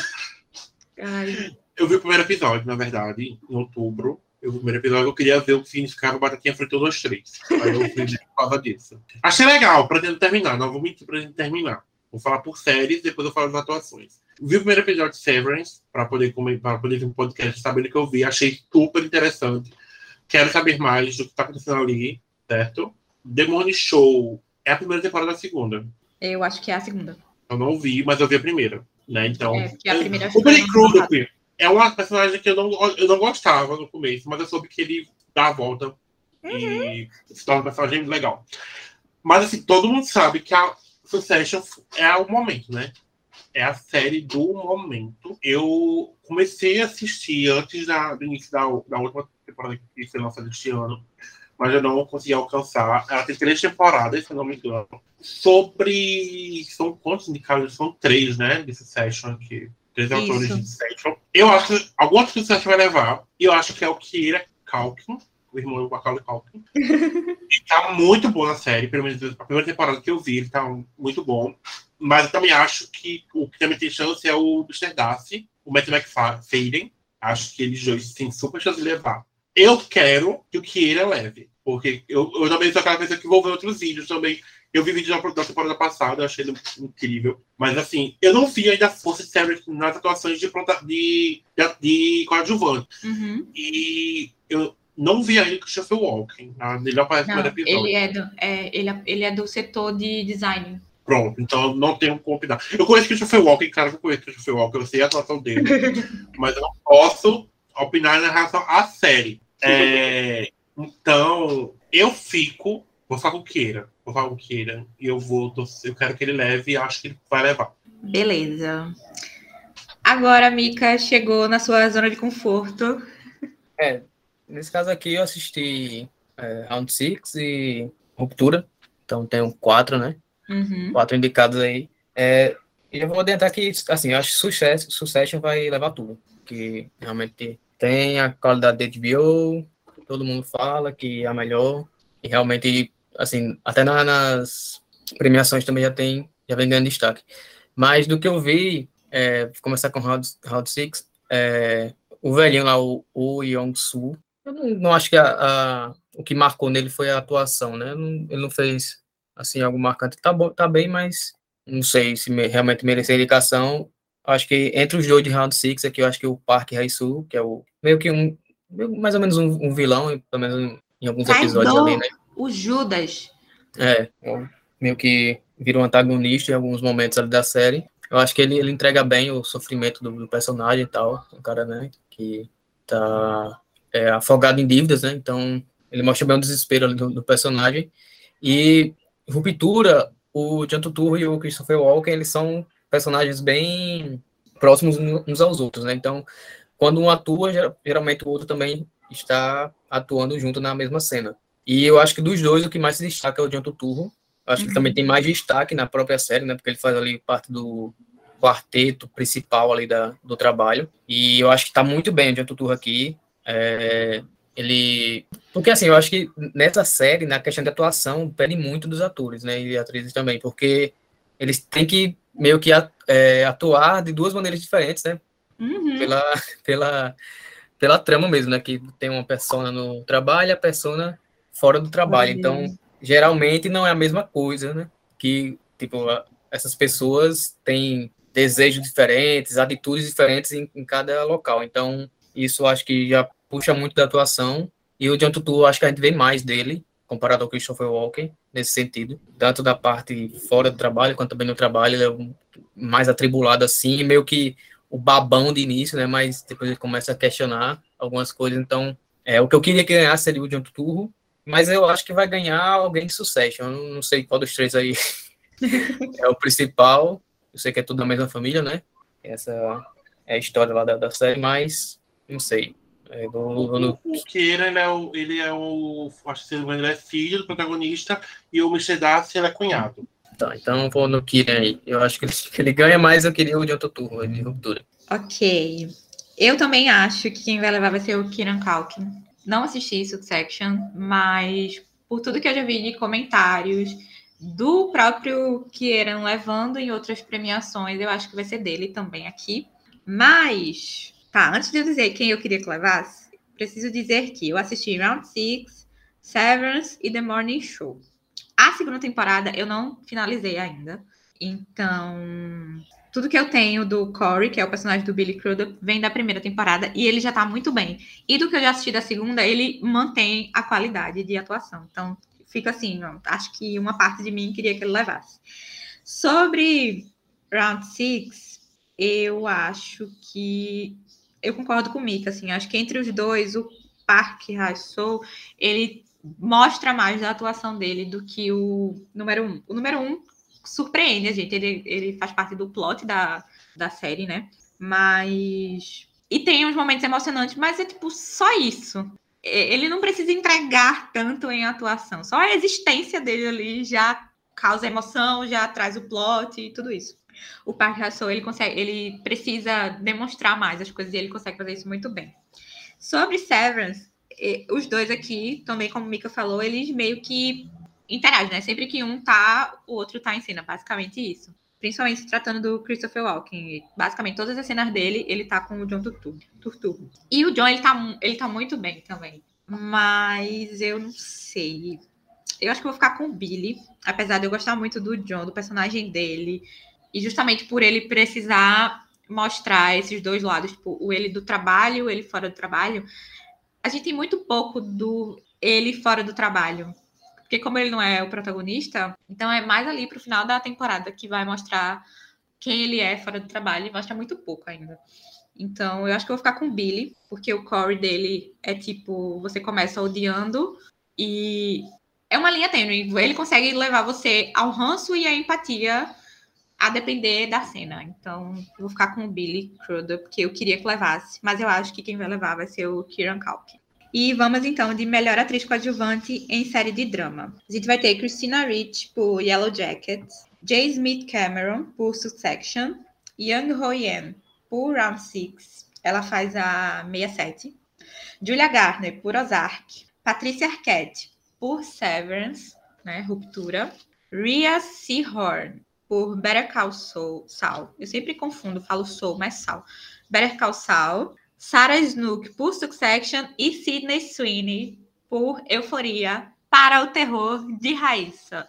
Ai.
Eu vi o primeiro episódio, na verdade, em outubro. Eu vi o primeiro episódio, eu queria ver o que significava Batatinha Frita dois três. Aí eu fui por causa disso. Achei legal, pretendo terminar. Não vou mentir, pretendo terminar. Vou falar por séries, depois eu falo das atuações. Vi o primeiro episódio de Severance, para poder, para poder ver um podcast sabendo que eu vi. Achei super interessante. Quero saber mais do que está acontecendo ali, certo? The Morning Show é a primeira temporada da segunda.
Eu acho que é a segunda.
Eu não vi, mas eu vi a primeira. Né? Então,
é, porque a primeira
o Billy Crudup é uma personagem que eu não, eu não gostava no começo, mas eu soube que ele dá a volta uhum. e se torna um personagem legal. Mas, assim, todo mundo sabe que a Succession é o momento, né? É a série do momento. Eu comecei a assistir antes da, do início da, da última temporada que foi lançada este ano, mas eu não consegui alcançar. Ela tem três temporadas, se não me engano. Sobre... São quantos indicados? São três, né? De Succession aqui. Três Isso. autores de Succession. Eu acho que alguns que o Succession vai levar. E eu acho que é o Kieran Culkin, o irmão do Macaulay Culkin. Ele tá muito bom na série, pelo menos a primeira temporada que eu vi, ele tá muito bom. Mas eu também acho que o que também tem chance é o mister Darcy, o Matthew McFadden. Acho que eles dois têm super chance de levar. Eu quero que o Kieran leve, porque eu, eu também sou aquela pessoa que vou ver outros vídeos também. Eu vi vídeo da, da temporada passada, eu achei ele incrível. Mas assim, eu não vi ainda a força de Severance nas atuações de, de, de, de coadjuvante.
Uhum.
E eu não vi ainda o Christopher Walken. Ele aparece no primeiro episódio.
Ele é, do, é, ele, é, ele é do setor de design.
Pronto, então não tenho como opinar. Eu conheço o Christopher Walken, cara, eu conheço o Christopher Walken, eu sei a atuação dele. Mas eu não posso opinar em relação à série. É, então, eu fico... Vou falar com o Kieran. Vou falar com o Kieran. E eu vou... Eu quero que ele leve e acho que ele vai levar.
Beleza. Agora a Mika chegou na sua zona de conforto.
É, nesse caso aqui eu assisti é, Round Six e Ruptura. Então tem quatro, né?
Uhum.
Quatro indicados aí. É, e eu vou adiantar que, assim, eu acho que Succession, Succession vai levar tudo. Que realmente tem a qualidade da H B O, todo mundo fala que é a melhor. E realmente, assim, até na, nas premiações também já tem, já vem ganhando destaque. Mas do que eu vi, é, vou começar com Round, Round Six, é, o velhinho lá, o, o Yong-soo, eu não, não acho que a, a, o que marcou nele foi a atuação, né? Não, ele não fez, assim, algo marcante. Tá, bom, tá bem, mas não sei se me, realmente merecer indicação. Acho que entre os dois de Round Six aqui, eu acho que o Park Hae-soo, que é o meio que um, mais ou menos um, um vilão, pelo menos em alguns
Sai
episódios
do,
ali, né?
O Judas.
É, meio que virou um antagonista em alguns momentos ali da série. Eu acho que ele, ele entrega bem o sofrimento do, do personagem e tal, um cara, né, que tá é, afogado em dívidas, né, então ele mostra bem o desespero ali do, do personagem. E Ruptura, o John Turturro e o Christopher Walken, eles são personagens bem próximos uns aos outros, né? Então, quando um atua, geralmente o outro também está atuando junto na mesma cena. E eu acho que dos dois, o que mais se destaca é o John Turturro. Acho que ele também tem mais destaque na própria série, né? Porque ele faz ali parte do quarteto principal ali da, do trabalho. E eu acho que está muito bem o John Turturro aqui. É, ele... Porque, assim, eu acho que nessa série, na questão de atuação, pede muito dos atores, né? E atrizes também, porque eles têm que meio que é, atuar de duas maneiras diferentes, né?
Uhum.
Pela, pela, pela trama mesmo, né? Que tem uma persona no trabalho e a persona fora do trabalho. Então, geralmente não é a mesma coisa, né? Que, tipo, essas pessoas têm desejos diferentes, atitudes diferentes em, em cada local. Então, isso acho que já puxa muito da atuação. E o John Turturro, acho que a gente vê mais dele, comparado ao Christopher Walken, nesse sentido. Tanto da parte fora do trabalho, quanto também no trabalho. Ele é mais atribulado assim, meio que o babão de início, né? Mas depois ele começa a questionar algumas coisas. Então, é, o que eu queria que ganhasse seria o John Turturro, mas eu acho que vai ganhar alguém de Succession. Eu não, não sei qual dos três aí é o principal. Eu sei que é tudo da mesma família, né? Essa é a história lá da, da série, mas não sei. É, vou, vou no...
O Kieran, ele é o, ele é o. Acho que ele é filho do protagonista e o mister Darcy ele é cunhado.
Tá, então vou no Kieran aí. Eu acho que ele, que ele ganha, mas eu queria o de outro turno, de ruptura.
Ok. Eu também acho que quem vai levar vai ser o Kieran Culkin. Não assisti Succession, mas por tudo que eu já vi de comentários do próprio Kieran levando em outras premiações, eu acho que vai ser dele também aqui. Mas, tá, antes de eu dizer quem eu queria que levasse, preciso dizer que eu assisti Round Six, Severance e The Morning Show. A segunda temporada eu não finalizei ainda. Então, tudo que eu tenho do Corey, que é o personagem do Billy Crudup, vem da primeira temporada e ele já tá muito bem. E do que eu já assisti da segunda, ele mantém a qualidade de atuação. Então, fica assim, não, acho que uma parte de mim queria que ele levasse. Sobre Round Six, eu acho que... Eu concordo com o Mika, assim, acho que entre os dois, o Park Hae-soo, ele mostra mais da atuação dele do que o número um. O número um surpreende a gente, ele, ele faz parte do plot da, da série, né? Mas... E tem uns momentos emocionantes, mas é tipo só isso. Ele não precisa entregar tanto em atuação. Só a existência dele ali já causa emoção, já traz o plot e tudo isso. O Park Hae-soo, ele consegue, ele precisa demonstrar mais as coisas e ele consegue fazer isso muito bem. Sobre Severance, os dois aqui, também como o Mika falou, eles meio que interagem, né? Sempre que um tá, o outro tá em cena, basicamente isso. Principalmente se tratando do Christopher Walken. Basicamente, todas as cenas dele, ele tá com o John Turturro. E o John, ele tá, ele tá muito bem também. Mas eu não sei. Eu acho que eu vou ficar com o Billy, apesar de eu gostar muito do John, do personagem dele. E justamente por ele precisar mostrar esses dois lados, tipo, o ele do trabalho, o ele fora do trabalho. A gente tem muito pouco do ele fora do trabalho. Porque como ele não é o protagonista, então é mais ali pro final da temporada que vai mostrar quem ele é fora do trabalho, e mostra muito pouco ainda. Então, eu acho que eu vou ficar com o Billy, porque o core dele é tipo, você começa odiando e é uma linha tênue. Ele consegue levar você ao ranço e à empatia a depender da cena. Então, eu vou ficar com o Billy Crudup, porque eu queria que levasse, mas eu acho que quem vai levar vai ser o Kieran Culkin. E vamos, então, de melhor atriz coadjuvante em série de drama. A gente vai ter Christina Ricci por Yellow Jackets, J. Smith Cameron por Succession, Young Ho-Yeon por Round Six, ela faz a sessenta e sete, Julia Garner por Ozark, Patricia Arquette por Severance, né, Ruptura, Rhea Seehorn por Better Call Saul, eu sempre confundo, falo Soul, mas Saul, Better Call Saul, Sarah Snook por Succession e Sydney Sweeney por Euforia, para o terror de Raíssa.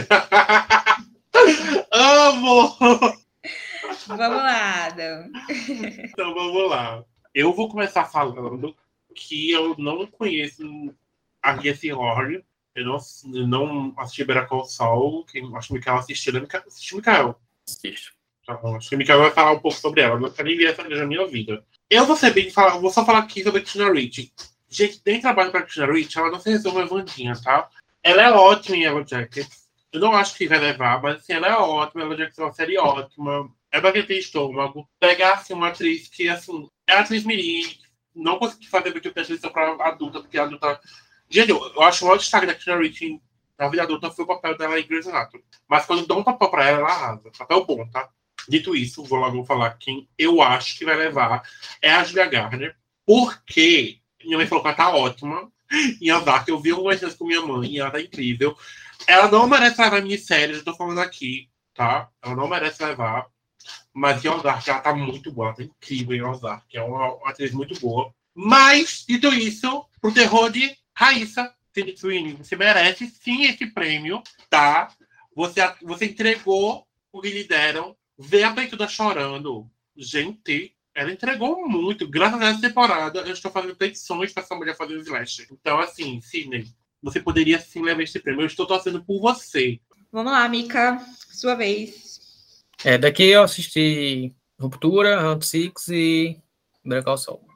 Amo!
Vamos lá, Adam.
Então vamos lá. Eu vou começar falando que eu não conheço a Rhea Seehorn. Eu não, eu não assisti Better Call Saul. Quem acho que o Mikael assistiu. Assistiu o Mikael.
Assisto.
Acho que o Mikael vai falar um pouco sobre ela. Eu nunca nem vi essa na minha vida. Eu vou ser bem falar, vou só falar aqui sobre a Christina Ricci. Gente, tem trabalho pra Christina Ricci, ela não se resume a Wandinha, tá? Ela é ótima em Yellow Jackets. Eu não acho que vai levar, mas assim, ela é ótima. Yellow Jackets é uma série ótima. é pra quem tem estômago, pegar assim, uma atriz que, assim, é atriz mirim, não consegui fazer muito transição pra adulta, porque a adulta. Gente, eu, eu acho o maior destaque da Christina Ricci na vida adulta foi o papel dela em Grey's Anatomy. Mas quando dão um papel pra ela, ela arrasa. Papel bom, tá? Dito isso, vou logo falar quem eu acho que vai levar é a Julia Garner, porque minha mãe falou que ela tá ótima em Ozark. Eu vi algumas vezes com minha mãe e ela tá incrível. Ela não merece levar minissérie, eu tô falando aqui, tá? Ela não merece levar. Mas em Ozark ela tá muito boa, ela tá incrível em Ozark, é uma, uma atriz muito boa. Mas, dito isso, pro terror de Raíssa, Sydney Sweeney, você merece sim esse prêmio, tá? Você, você entregou o que lhe deram. Vê a Peituda chorando. Gente, ela entregou muito. Graças a essa temporada, eu estou fazendo petições para essa mulher fazer o slash. Então, assim, Sydney, você poderia sim levar esse prêmio. Eu estou torcendo por você.
Vamos lá, Mika. Sua vez.
É, daqui eu assisti Ruptura, Round Six e Better Call Saul.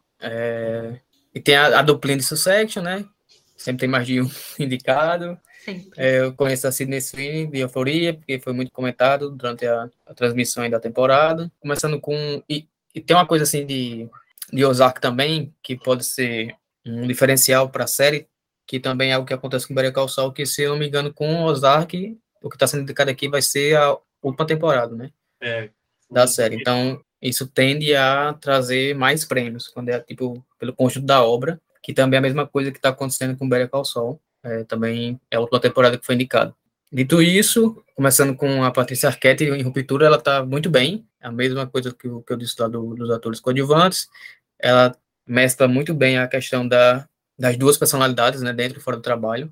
É, e tem a, a duplinha de Succession, né? Sempre tem mais de um indicado. É, eu conheço a Sydney Sweeney de Euforia, porque foi muito comentado durante a, a transmissão da temporada. Começando com... E, e tem uma coisa assim de, de Ozark também, que pode ser um diferencial para a série, que também é o que acontece com Better Call Saul, que, se eu não me engano, com Ozark, o que está sendo indicado aqui vai ser a última temporada, né?
É.
Da série. Então, isso tende a trazer mais prêmios, quando é, tipo, pelo conjunto da obra, que também é a mesma coisa que está acontecendo com Better Call Saul. É, também é a última temporada que foi indicada. Dito isso, começando com a Patrícia Arquette em Ruptura, ela está muito bem, a mesma coisa que eu, que eu disse lá do, dos atores coadjuvantes. Ela mescla muito bem a questão da, das duas personalidades, né, dentro e fora do trabalho,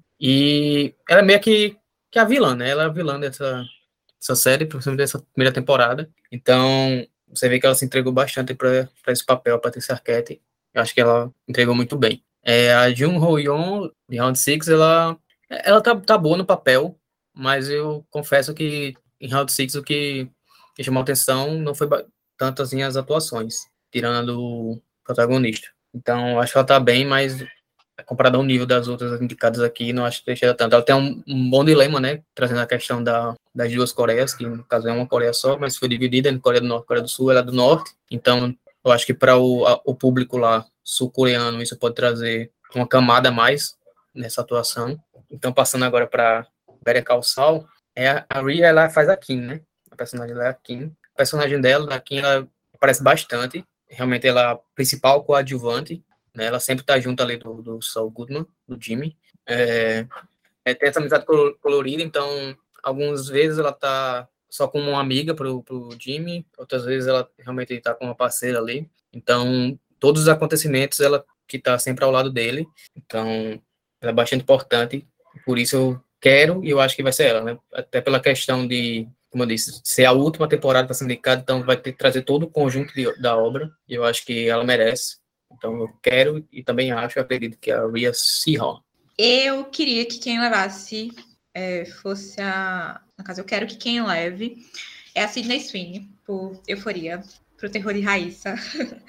e ela é meio que, que a vilã, né, ela é a vilã dessa, dessa série, principalmente dessa primeira temporada. Então, você vê que ela se entregou bastante para esse papel, a Patrícia Arquette. Eu acho que ela entregou muito bem. É, a Jung Ho-yeon, de Round Six, ela, ela tá, tá boa no papel, mas eu confesso que em Round Six o que, que chamou a atenção não foi tanto assim as atuações, tirando o protagonista. Então, acho que ela tá bem, mas comparado ao nível das outras indicadas aqui, não acho que deixa tanto. Ela tem um, um bom dilema, né, trazendo a questão da, das duas Coreias, que no caso é uma Coreia só, mas foi dividida em Coreia do Norte e Coreia do Sul, ela é do Norte. Então, eu acho que para o, a, o público lá sul-coreano, isso pode trazer uma camada a mais nessa atuação. Então, passando agora para Better Call Saul, é a, a Rhea, ela faz a Kim, né? A personagem dela é a Kim. A personagem dela, a Kim, ela aparece bastante. Realmente, ela é a principal coadjuvante, né? Ela sempre tá junto ali do, do Saul Goodman, do Jimmy. É, é, tem essa amizade colorida, então, algumas vezes ela tá só como uma amiga pro, pro Jimmy, outras vezes ela realmente está com uma parceira ali. Então, todos os acontecimentos, ela que está sempre ao lado dele. Então, ela é bastante importante. Por isso eu quero e eu acho que vai ser ela, né? Até pela questão de, como eu disse, ser a última temporada para ser indicada, então vai ter que trazer todo o conjunto de, da obra. E eu acho que ela merece. Então, eu quero e também acho, acredito que a Rhea Seehorn.
Eu queria que quem levasse é, fosse a... No caso, eu quero que quem leve é a Sydney Sweeney, por Euforia, pro terror de Raíssa.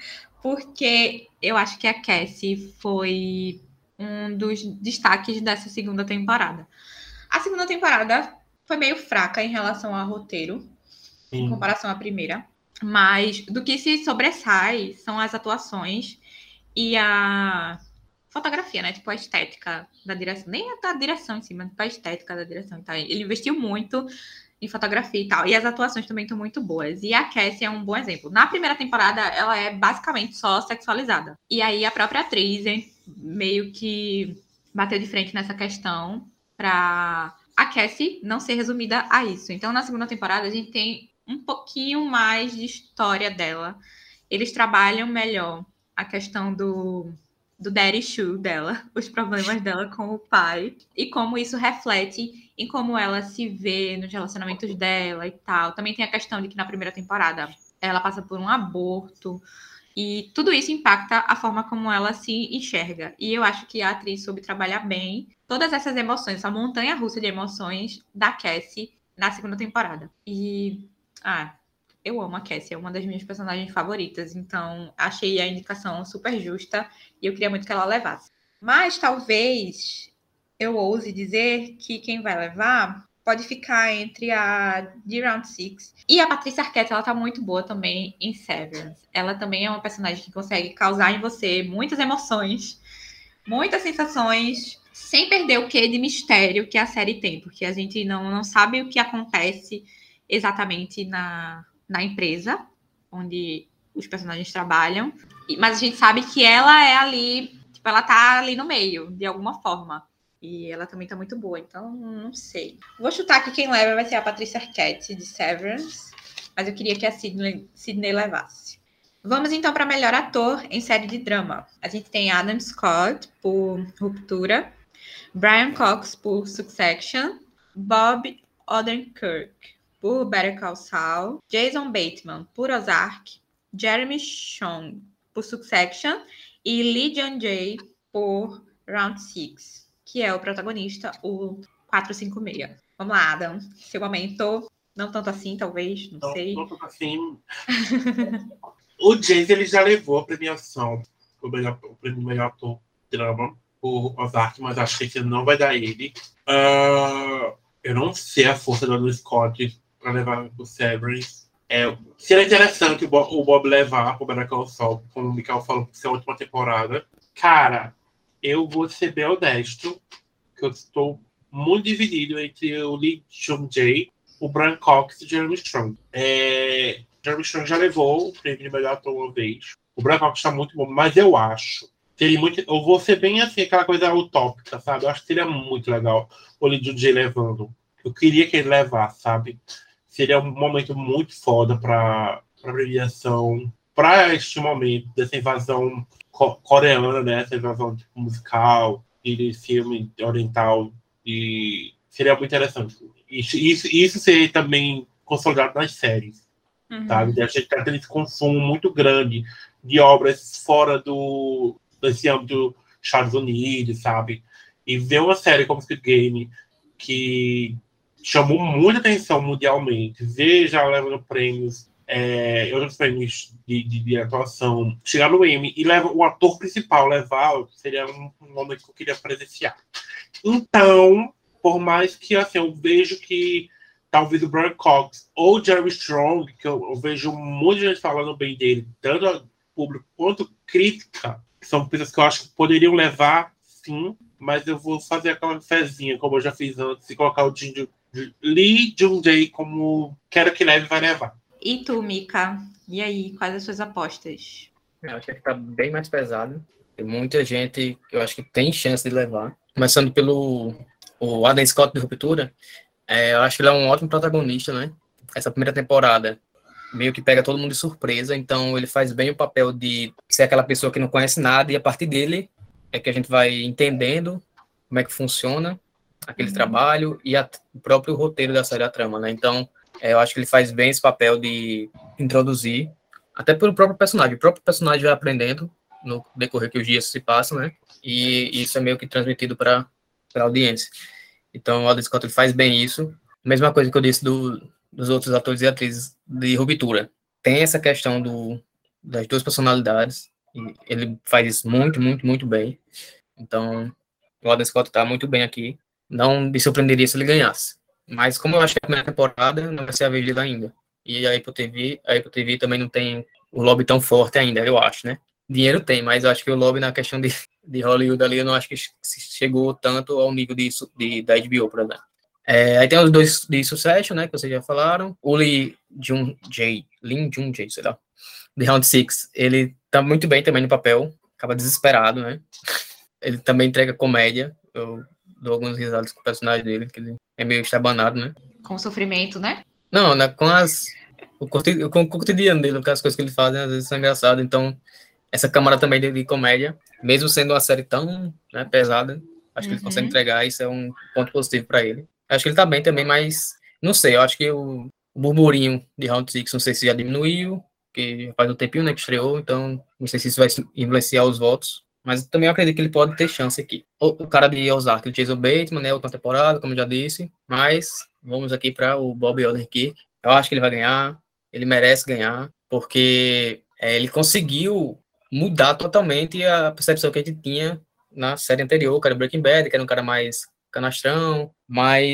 Porque eu acho que a Cassie foi um dos destaques dessa segunda temporada. A segunda temporada foi meio fraca em relação ao roteiro, Sim. em comparação à primeira. Mas do que se sobressai são as atuações e a fotografia, né? Tipo, a estética da direção. Nem a direção em si, mas tipo, a estética da direção. Então, ele investiu muito em fotografia e tal. E as atuações também estão muito boas. E a Cassie é um bom exemplo. Na primeira temporada, ela é basicamente só sexualizada. E aí, a própria atriz hein, meio que bateu de frente nessa questão pra a Cassie não ser resumida a isso. Então, na segunda temporada, a gente tem um pouquinho mais de história dela. Eles trabalham melhor a questão do, do daddy issue dela, os problemas dela com o pai, e como isso reflete em como ela se vê nos relacionamentos dela e tal. Também tem a questão de que na primeira temporada ela passa por um aborto, e tudo isso impacta a forma como ela se enxerga. E eu acho que a atriz soube trabalhar bem todas essas emoções, essa montanha-russa de emoções da Cassie na segunda temporada. E, ah, eu amo a Cassie, é uma das minhas personagens favoritas, então achei a indicação super justa e eu queria muito que ela levasse. Mas talvez eu ouse dizer que quem vai levar pode ficar entre a de Round Six. E a Patrícia Arquette, ela tá muito boa também em Severance. Ela também é uma personagem que consegue causar em você muitas emoções, muitas sensações, sem perder o quê de mistério que a série tem, porque a gente não, não sabe o que acontece exatamente na, na empresa, onde os personagens trabalham, mas a gente sabe que ela é ali, tipo, ela tá ali no meio, de alguma forma. E ela também tá muito boa, então não sei. Vou chutar que quem leva vai ser a Patrícia Arquette, de Severance, mas eu queria que a Sydney, Sydney levasse. Vamos então para melhor ator em série de drama. A gente tem Adam Scott por Ruptura, Brian Cox por Succession, Bob Odenkirk por Better Call Saul, Jason Bateman por Ozark, Jeremy Strong por Succession e Lee Jung-jae por Round Six, que é o protagonista, o quatrocentos e cinquenta e seis. Vamos lá, Adam. Seu momento, não tanto assim, talvez, não, não sei.
Não tanto assim. O James, ele já levou a premiação, o, melhor, o prêmio melhor ator drama, por Ozark, mas acho que esse não vai dar ele. Uh, eu não sei a força do Adam Scott para levar o Severance. É, seria interessante o Bob, o Bob levar para o Better Call Saul, como o Mikael falou, por ser a última temporada. Cara, eu vou ser bem honesto, que eu estou muito dividido entre o Lee Jung-jae, o Brian Cox e o Jeremy Strong. É, Jeremy Strong já levou o prêmio de melhor ator uma vez. O Brian Cox está muito bom, mas eu acho. Seria muito, eu vou ser bem assim, aquela coisa utópica, sabe? Eu acho que seria muito legal o Lee Jung-jae levando. Eu queria que ele levasse, sabe? Seria um momento muito foda para a premiação, para este momento dessa invasão coreana, né? Essa invasão tipo, musical e de filme oriental. E seria muito interessante. Isso, isso, isso seria também consolidado nas séries. Uhum. Sabe? A gente está tendo esse consumo muito grande de obras fora do, desse âmbito dos Estados Unidos, sabe? E ver uma série como Squid Game, que chamou muita atenção mundialmente, ver já levando prêmios, é, outros prêmios de, de, de atuação, chegar no Emmy e leva, o ator principal levar, seria um, um momento que eu queria presenciar. Então, por mais que assim, eu vejo que talvez o Brian Cox ou o Jeremy Strong, que eu, eu vejo muita gente falando bem dele, tanto ao público quanto crítica, são pessoas que eu acho que poderiam levar, sim, mas eu vou fazer aquela fezinha, como eu já fiz antes, e colocar o Jin, Lee Jung-jae como quero que leve vai levar.
E tu, Mika? E aí, quais as suas apostas?
Eu acho que tá bem mais pesado. Tem muita gente que eu acho que tem chance de levar. Começando pelo o Adam Scott de Ruptura, é, eu acho que ele é um ótimo protagonista, né? Essa primeira temporada meio que pega todo mundo de surpresa, então ele faz bem o papel de ser aquela pessoa que não conhece nada, e a partir dele é que a gente vai entendendo como é que funciona aquele uhum. trabalho e a, o próprio roteiro da série, a trama, né? Então, é, eu acho que ele faz bem esse papel de introduzir, até pelo próprio personagem. O próprio personagem vai aprendendo no decorrer que os dias se passam, né? E isso é meio que transmitido para a audiência. Então, o Adam Scott ele faz bem isso. Mesma coisa que eu disse do, dos outros atores e atrizes de Ruptura. Tem essa questão do, das duas personalidades. E ele faz isso muito, muito, muito bem. Então, o Adam Scott está muito bem aqui. Não me surpreenderia se ele ganhasse. Mas como eu acho que é a primeira temporada, não vai ser a vez dele ainda. E a Apple T V, a Apple T V também não tem o lobby tão forte ainda, eu acho, né? Dinheiro tem, mas eu acho que o lobby na questão de, de Hollywood ali, eu não acho que chegou tanto ao nível de, de, da H B O, por exemplo. É, aí tem os dois de Succession, né, que vocês já falaram. O Lee Jung-jae, Lee Jung-jae, sei lá, de Round Six, ele tá muito bem também no papel, acaba desesperado, né? Ele também entrega comédia, eu dou algumas risadas com o personagem dele, que ele é meio estabanado, né?
Com sofrimento, né?
Não, né, com as o, corti, com o cotidiano dele, com as coisas que ele faz, né, às vezes são engraçadas, então essa câmara também de, de comédia, mesmo sendo uma série tão, né, pesada, acho que uhum. ele consegue entregar, isso é um ponto positivo para ele. Acho que ele tá bem também, mas não sei, eu acho que o, o burburinho de Round Six, não sei se já diminuiu, porque faz um tempinho, né, que estreou, então não sei se isso vai influenciar os votos, mas também eu acredito que ele pode ter chance aqui. O, o cara de Ozark, o Jason Bateman, né, outra temporada, como eu já disse, mas vamos aqui para o Bob Odenkirk. Eu acho que ele vai ganhar, ele merece ganhar, porque é, ele conseguiu mudar totalmente a percepção que a gente tinha na série anterior, que era Breaking Bad, que era um cara mais canastrão, mas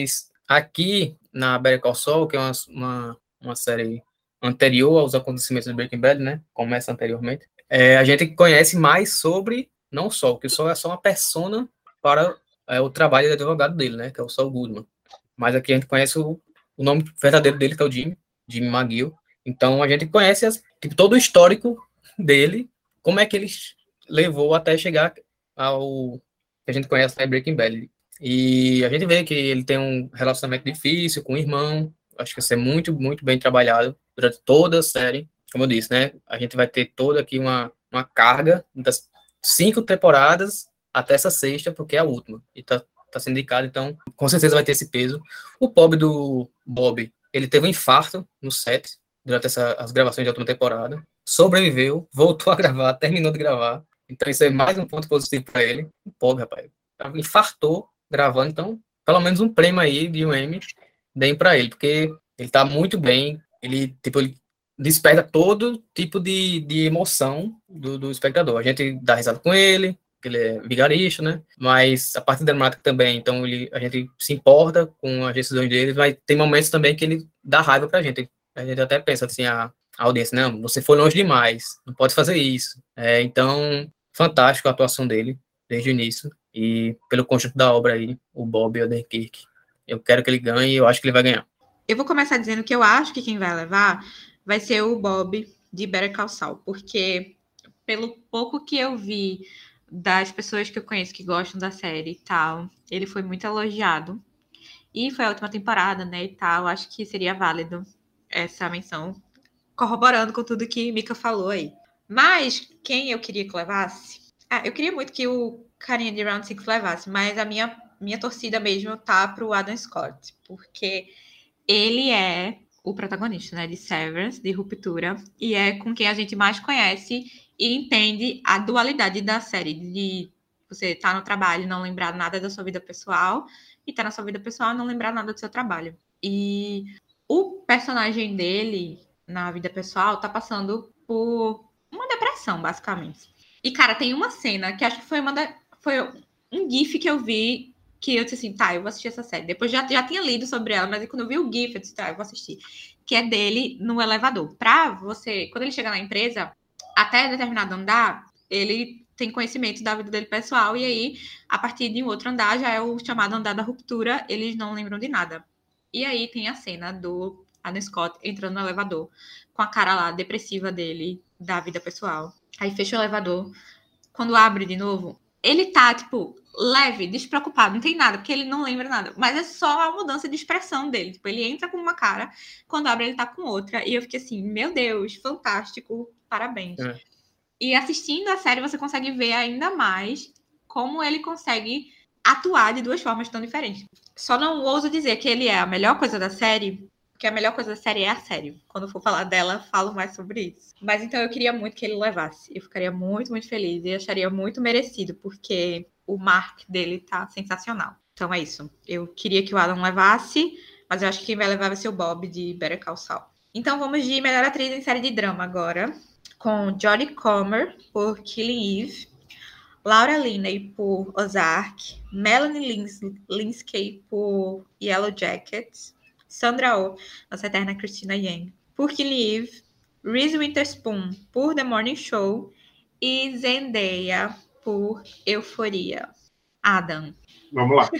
Aqui, na Better Call Saul, que é uma, uma, uma série anterior aos acontecimentos do Breaking Bad, né? Começa anteriormente. É, a gente conhece mais sobre, não Saul, que o Saul é só uma persona para é, o trabalho de advogado dele, né? Que é o Saul Goodman. Mas aqui a gente conhece o, o nome verdadeiro dele, que é o Jimmy, Jimmy McGill. Então a gente conhece as, tipo, todo o histórico dele, como é que ele levou até chegar ao que a gente conhece na Breaking Bad. E a gente vê que ele tem um relacionamento difícil com o irmão. Acho que isso é muito, muito bem trabalhado durante toda a série. Como eu disse, né? A gente vai ter toda aqui uma, uma carga das cinco temporadas até essa sexta, porque é a última. E tá, tá sendo indicado, então com certeza vai ter esse peso. O pobre do Bob, ele teve um infarto no set durante essa, as gravações da última temporada. Sobreviveu, voltou a gravar, terminou de gravar. Então isso é mais um ponto positivo para ele. O pobre, rapaz. Infartou gravando, então pelo menos um prêmio aí de um Emmy deem para ele, porque ele tá muito bem. Ele, tipo, ele desperta todo tipo de, de emoção do, do espectador. A gente dá risada com ele, ele é vigarista, né? Mas a parte dramática também, então ele, a gente se importa com as decisões dele, mas tem momentos também que ele dá raiva pra gente. A gente até pensa assim, a, a audiência, não, você foi longe demais, não pode fazer isso. É, então, fantástico a atuação dele, desde o início, e pelo conjunto da obra aí, o Bob Odenkirk. Eu quero que ele ganhe e eu acho que ele vai ganhar.
Eu vou começar dizendo que eu acho que quem vai levar vai ser o Bob de Better Call Saul, porque pelo pouco que eu vi das pessoas que eu conheço que gostam da série e tal, ele foi muito elogiado. E foi a última temporada, né, e tal. Acho que seria válido essa menção, corroborando com tudo que Mika falou aí. Mas quem eu queria que levasse? Ah, eu queria muito que o carinha de Round Six levasse, mas a minha, minha torcida mesmo tá pro Adam Scott, porque ele é o protagonista, né, de Severance, de Ruptura, e é com quem a gente mais conhece e entende a dualidade da série, de você estar tá no trabalho e não lembrar nada da sua vida pessoal, e estar tá na sua vida pessoal e não lembrar nada do seu trabalho. E o personagem dele, na vida pessoal, tá passando por uma depressão, basicamente. E, cara, tem uma cena que acho que foi uma da... foi um gif que eu vi que eu disse assim, tá, eu vou assistir essa série. Depois já, já tinha lido sobre ela, mas quando eu vi o gif, eu disse, tá, eu vou assistir. Que é dele no elevador. Pra você, quando ele chega na empresa, até determinado andar, ele tem conhecimento da vida dele pessoal, e aí, a partir de um outro andar, já é o chamado andar da ruptura, eles não lembram de nada. E aí tem a cena do Adam Scott entrando no elevador, com a cara lá, depressiva dele, da vida pessoal. Aí fecha o elevador. Quando abre de novo, ele tá, tipo, leve, despreocupado, não tem nada, porque ele não lembra nada. Mas é só a mudança de expressão dele. Tipo, ele entra com uma cara, quando abre ele tá com outra. E eu fiquei assim, meu Deus, fantástico, parabéns. É. E assistindo a série, você consegue ver ainda mais como ele consegue atuar de duas formas tão diferentes. Só não ouso dizer que ele é a melhor coisa da série, porque a melhor coisa da série é a série. Quando eu for falar dela, falo mais sobre isso. Mas então eu queria muito que ele levasse. Eu ficaria muito, muito feliz e acharia muito merecido, porque o mark dele tá sensacional. Então é isso. Eu queria que o Adam levasse, mas eu acho que quem vai levar vai ser o Bob de Better Call Saul. Então vamos de melhor atriz em série de drama agora, com Jodie Comer por Killing Eve, Laura Linney por Ozark, Melanie Lins- Linsky por Yellow Jackets, Sandra Oh, nossa eterna Christina Yang, por Killing Eve, Reese Witherspoon por The Morning Show e Zendaya por Euforia. Adam.
Vamos lá.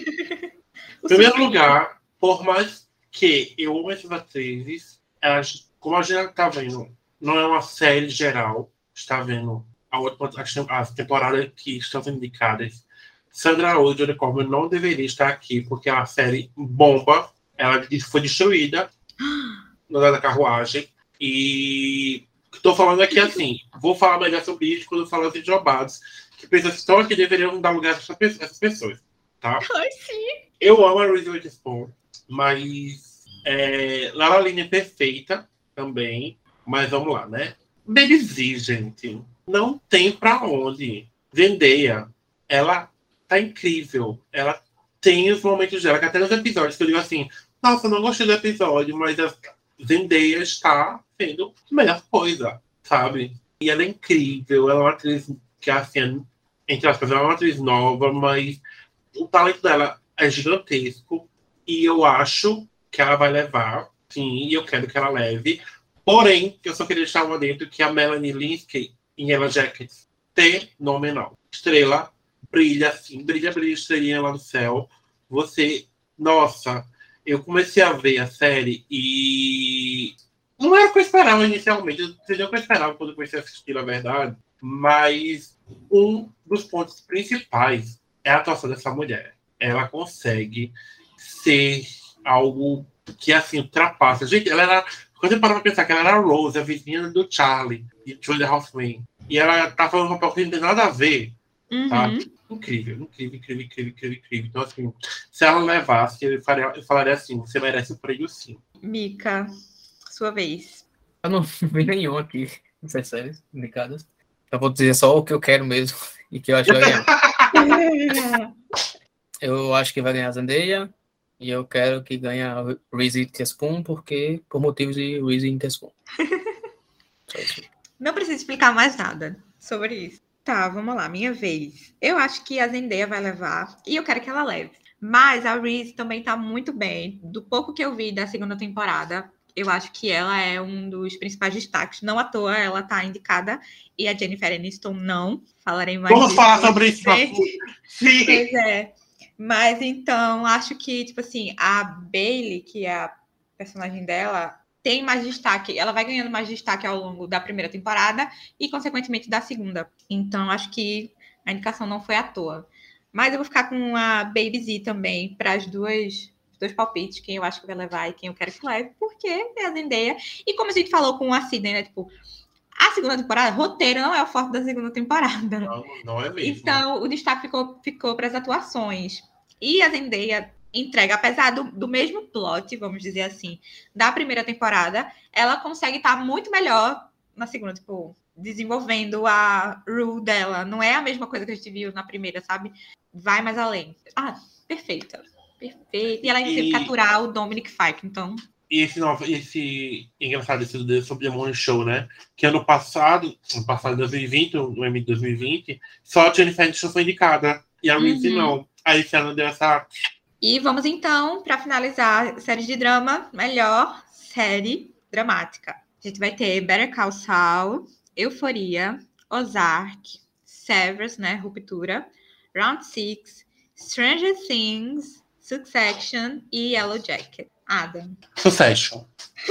Em primeiro lugar, por mais que eu amo essas atrizes, elas, como a gente está vendo, não é uma série geral, está vendo a outra, as temporadas que estão sendo indicadas. Sandra Oh e Jodie Comer não deveria estar aqui, porque é uma série bomba. Ela foi destruída no da carruagem. E estou falando aqui assim, vou falar melhor sobre isso quando eu falar de jobados, que pessoas que estão aqui deveriam dar lugar a essas pessoas, tá?
Ai, sim.
Eu amo a Reese Witherspoon, mas é, Lara Linney é perfeita também, mas vamos lá, né? Baby Z, gente, não tem pra onde. Zendaya, ela tá incrível, ela tem os momentos dela, que até nos episódios que eu digo assim, nossa, eu não gostei do episódio, mas a Zendaya está sendo a melhor coisa, sabe? E ela é incrível, ela é uma atriz que, assim, entre aspas, ela é uma atriz nova, mas o talento dela é gigantesco. E eu acho que ela vai levar, sim, e eu quero que ela leve. Porém, eu só queria deixar uma dentro que a Melanie Lynskey em Yellow Jackets, fenomenal. Estrela, brilha assim, brilha, brilha, estrelinha lá no céu. Você, nossa, eu comecei a ver a série e não era o que eu esperava inicialmente, não seria o que eu esperava quando eu comecei a assistir, na verdade, mas um dos pontos principais é a atuação dessa mulher. Ela consegue ser algo que, assim, ultrapassa. Gente, ela era... Quando eu paro pra pensar que ela era a Rose, a vizinha do Charlie, de Two and a Half Men, e ela tá falando um papel que não tem nada a ver, tá?
Uhum.
Incrível, incrível, incrível, incrível, incrível, incrível. Então, assim, se ela levasse, eu, faria, eu falaria assim, você merece o prêmio sim.
Mica, sua vez.
Eu não vi nenhum aqui nessas séries indicadas. Eu vou dizer só o que eu quero mesmo e que eu acho que vai ganhar. Eu acho que vai ganhar a Zendaya e eu quero que ganhe a Reese Witherspoon, porque por motivos de Reese Witherspoon. Só isso.
Não preciso explicar mais nada sobre isso. Tá, vamos lá, minha vez. Eu acho que a Zendaya vai levar e eu quero que ela leve. Mas a Reese também tá muito bem. Do pouco que eu vi da segunda temporada, eu acho que ela é um dos principais destaques. Não à toa, ela tá indicada. E a Jennifer Aniston não. Falarei mais
Vamos
disso
falar sobre isso.
frente.
Sim.
Pois é. Mas então, acho que, tipo assim, a Bailey, que é a personagem dela, tem mais destaque. Ela vai ganhando mais destaque ao longo da primeira temporada e, consequentemente, da segunda. Então, acho que a indicação não foi à toa. Mas eu vou ficar com a Baby Z também, para as duas, os dois palpites, quem eu acho que vai levar e quem eu quero que leve, porque é a Zendaya. E como a gente falou com a Sidney, né? Tipo, a segunda temporada, roteiro não é o forte da segunda temporada.
Não, não é mesmo.
Então, o destaque ficou, ficou para as atuações. E a Zendaya entrega, apesar do, do mesmo plot, vamos dizer assim, da primeira temporada, ela consegue estar muito melhor na segunda, tipo, desenvolvendo a Rue dela. Não é a mesma coisa que a gente viu na primeira, sabe? Vai mais além. Ah, perfeita. Perfeita. E ela ainda teve que capturar o Dominic Fike, então...
E esse, novo, esse engraçado esse sobre The Morning Show, né? Que ano passado, ano passado, dois mil e vinte, no M de dois mil e vinte, só a Jennifer Aniston foi indicada. E a Reese
Uhum.
não. Aí esse ano deu essa...
E vamos então, para finalizar, série de drama, melhor série dramática. A gente vai ter Better Call Saul, Euforia, Ozark, Severance, né, Ruptura, Round Six, Stranger Things, Succession e Yellow Jacket. Adam.
Succession.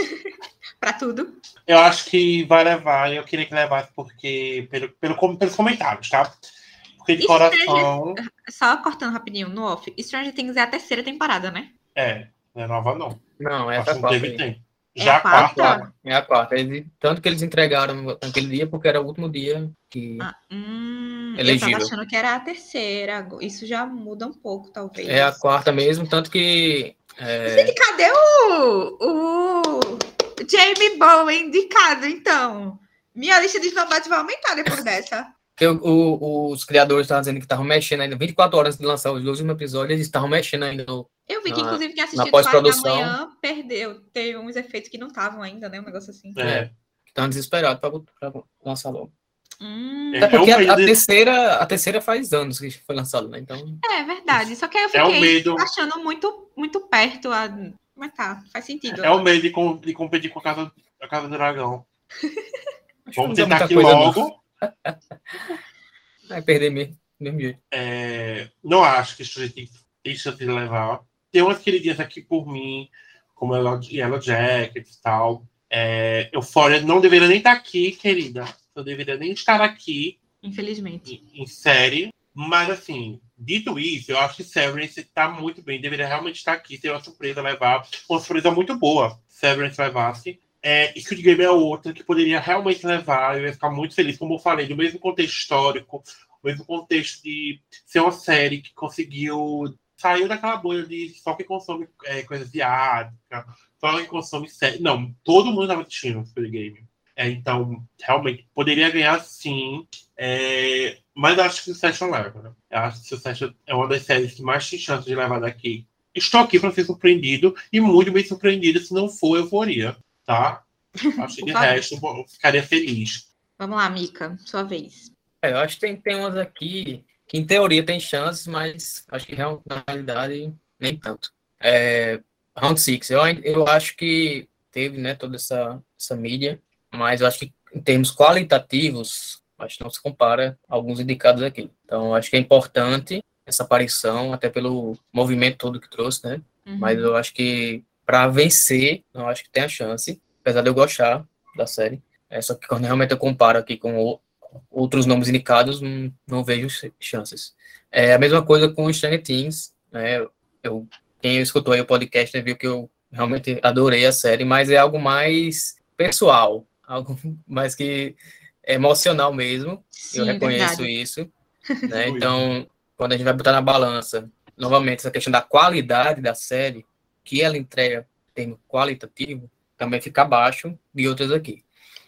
Para tudo.
Eu acho que vai levar, eu queria que levasse porque, pelo, pelo, pelos comentários, tá? Porque de
Stranger...
coração...
Só cortando rapidinho no off, Stranger Things é a terceira temporada, né?
É, não é nova não.
Não, é
Acho
a
que não
quarta.
teve
Aí.
tempo.
É
Já
a
a quarta?
quarta?
É a quarta. Eles- tanto que eles entregaram naquele dia, porque era o último dia que
Ah, hum, eu
elegível.
tava achando que era a terceira. Isso já muda um pouco, talvez.
É a quarta mesmo, tanto que... É...
Gente, cadê o, o Jamie Bowen indicado, então? Minha lista de novatos vai aumentar depois dessa.
Porque o, o, os criadores estavam dizendo que estavam mexendo ainda, vinte e quatro horas antes de lançar os dois últimos episódios, eles estavam mexendo ainda no,
Eu vi que,
na,
inclusive, quem
na
assistiu Quatro da
pós-produção.
Manhã perdeu. Teve uns efeitos que não estavam ainda, né? Um negócio assim.
É.
Estavam desesperados para lançar logo.
Hum,
É,
Até porque
é um
a, a
medo de-
terceira, a terceira faz anos que foi lançada, né? Então,
é verdade. Só que aí eu
É um
fiquei
medo.
achando muito, muito perto. A... Mas tá, faz sentido.
É o medo de, com- de competir com a Casa, a casa do Dragão.
acho que não
Vamos
deu
tentar
muita
aqui
coisa,
logo.
Vai perder mesmo, do mesmo jeito.
É, não acho que isso a gente tem chance de levar. Tem umas queridinhas aqui por mim, como Yellow, Yellow Jacket e tal. É, Euphoria não deveria nem estar aqui, querida. Não deveria nem estar aqui
Infelizmente.
em, em série. Mas, assim, dito isso, eu acho que Severance está muito bem. Deveria realmente estar aqui. Seria uma surpresa levar. Uma surpresa muito boa. Severance levasse. É, Squid Game é outra que poderia realmente levar. Eu ia ficar muito feliz, como eu falei, no mesmo contexto histórico, no mesmo contexto de ser uma série que conseguiu. Saiu daquela bolha de só que consome é, coisa asiática, só que consome série. Não, todo mundo estava assistindo Squid Game. É, então, realmente, poderia ganhar sim. É, mas acho que o Succession leva, né? Eu acho que o Succession é uma das séries que mais tem chance de levar daqui. Estou aqui para ser surpreendido e muito bem surpreendido se não for euforia, tá? Acho que
Por
de
favor.
resto eu ficaria feliz.
Vamos lá, Mica, sua vez.
É, eu acho que tem, tem umas aqui que, em teoria, tem chances, mas acho que real- na realidade, nem tanto. É, Round Six, eu, ain- eu acho que teve, né, toda essa, essa mídia, mas eu acho que em termos qualitativos, acho que não se compara a alguns indicados aqui. Então, eu acho que é importante essa aparição, até pelo movimento todo que trouxe, né? Mas
Uhum.
eu acho que para vencer, eu acho que tem a chance, apesar de eu gostar da série. É, só que quando realmente eu comparo aqui com o- outros nomes indicados, não, não vejo ch- chances. É a mesma coisa com Stranger Things, né? Eu, quem escutou aí o podcast, né, viu que eu realmente adorei a série, mas é algo mais pessoal, algo mais que é emocional mesmo. Eu
Sim,
reconheço
verdade.
isso, né?
Doido.
Então, quando a gente vai botar na balança, novamente, essa questão da qualidade da série, que ela entrega em termo qualitativo, também fica abaixo de outras aqui.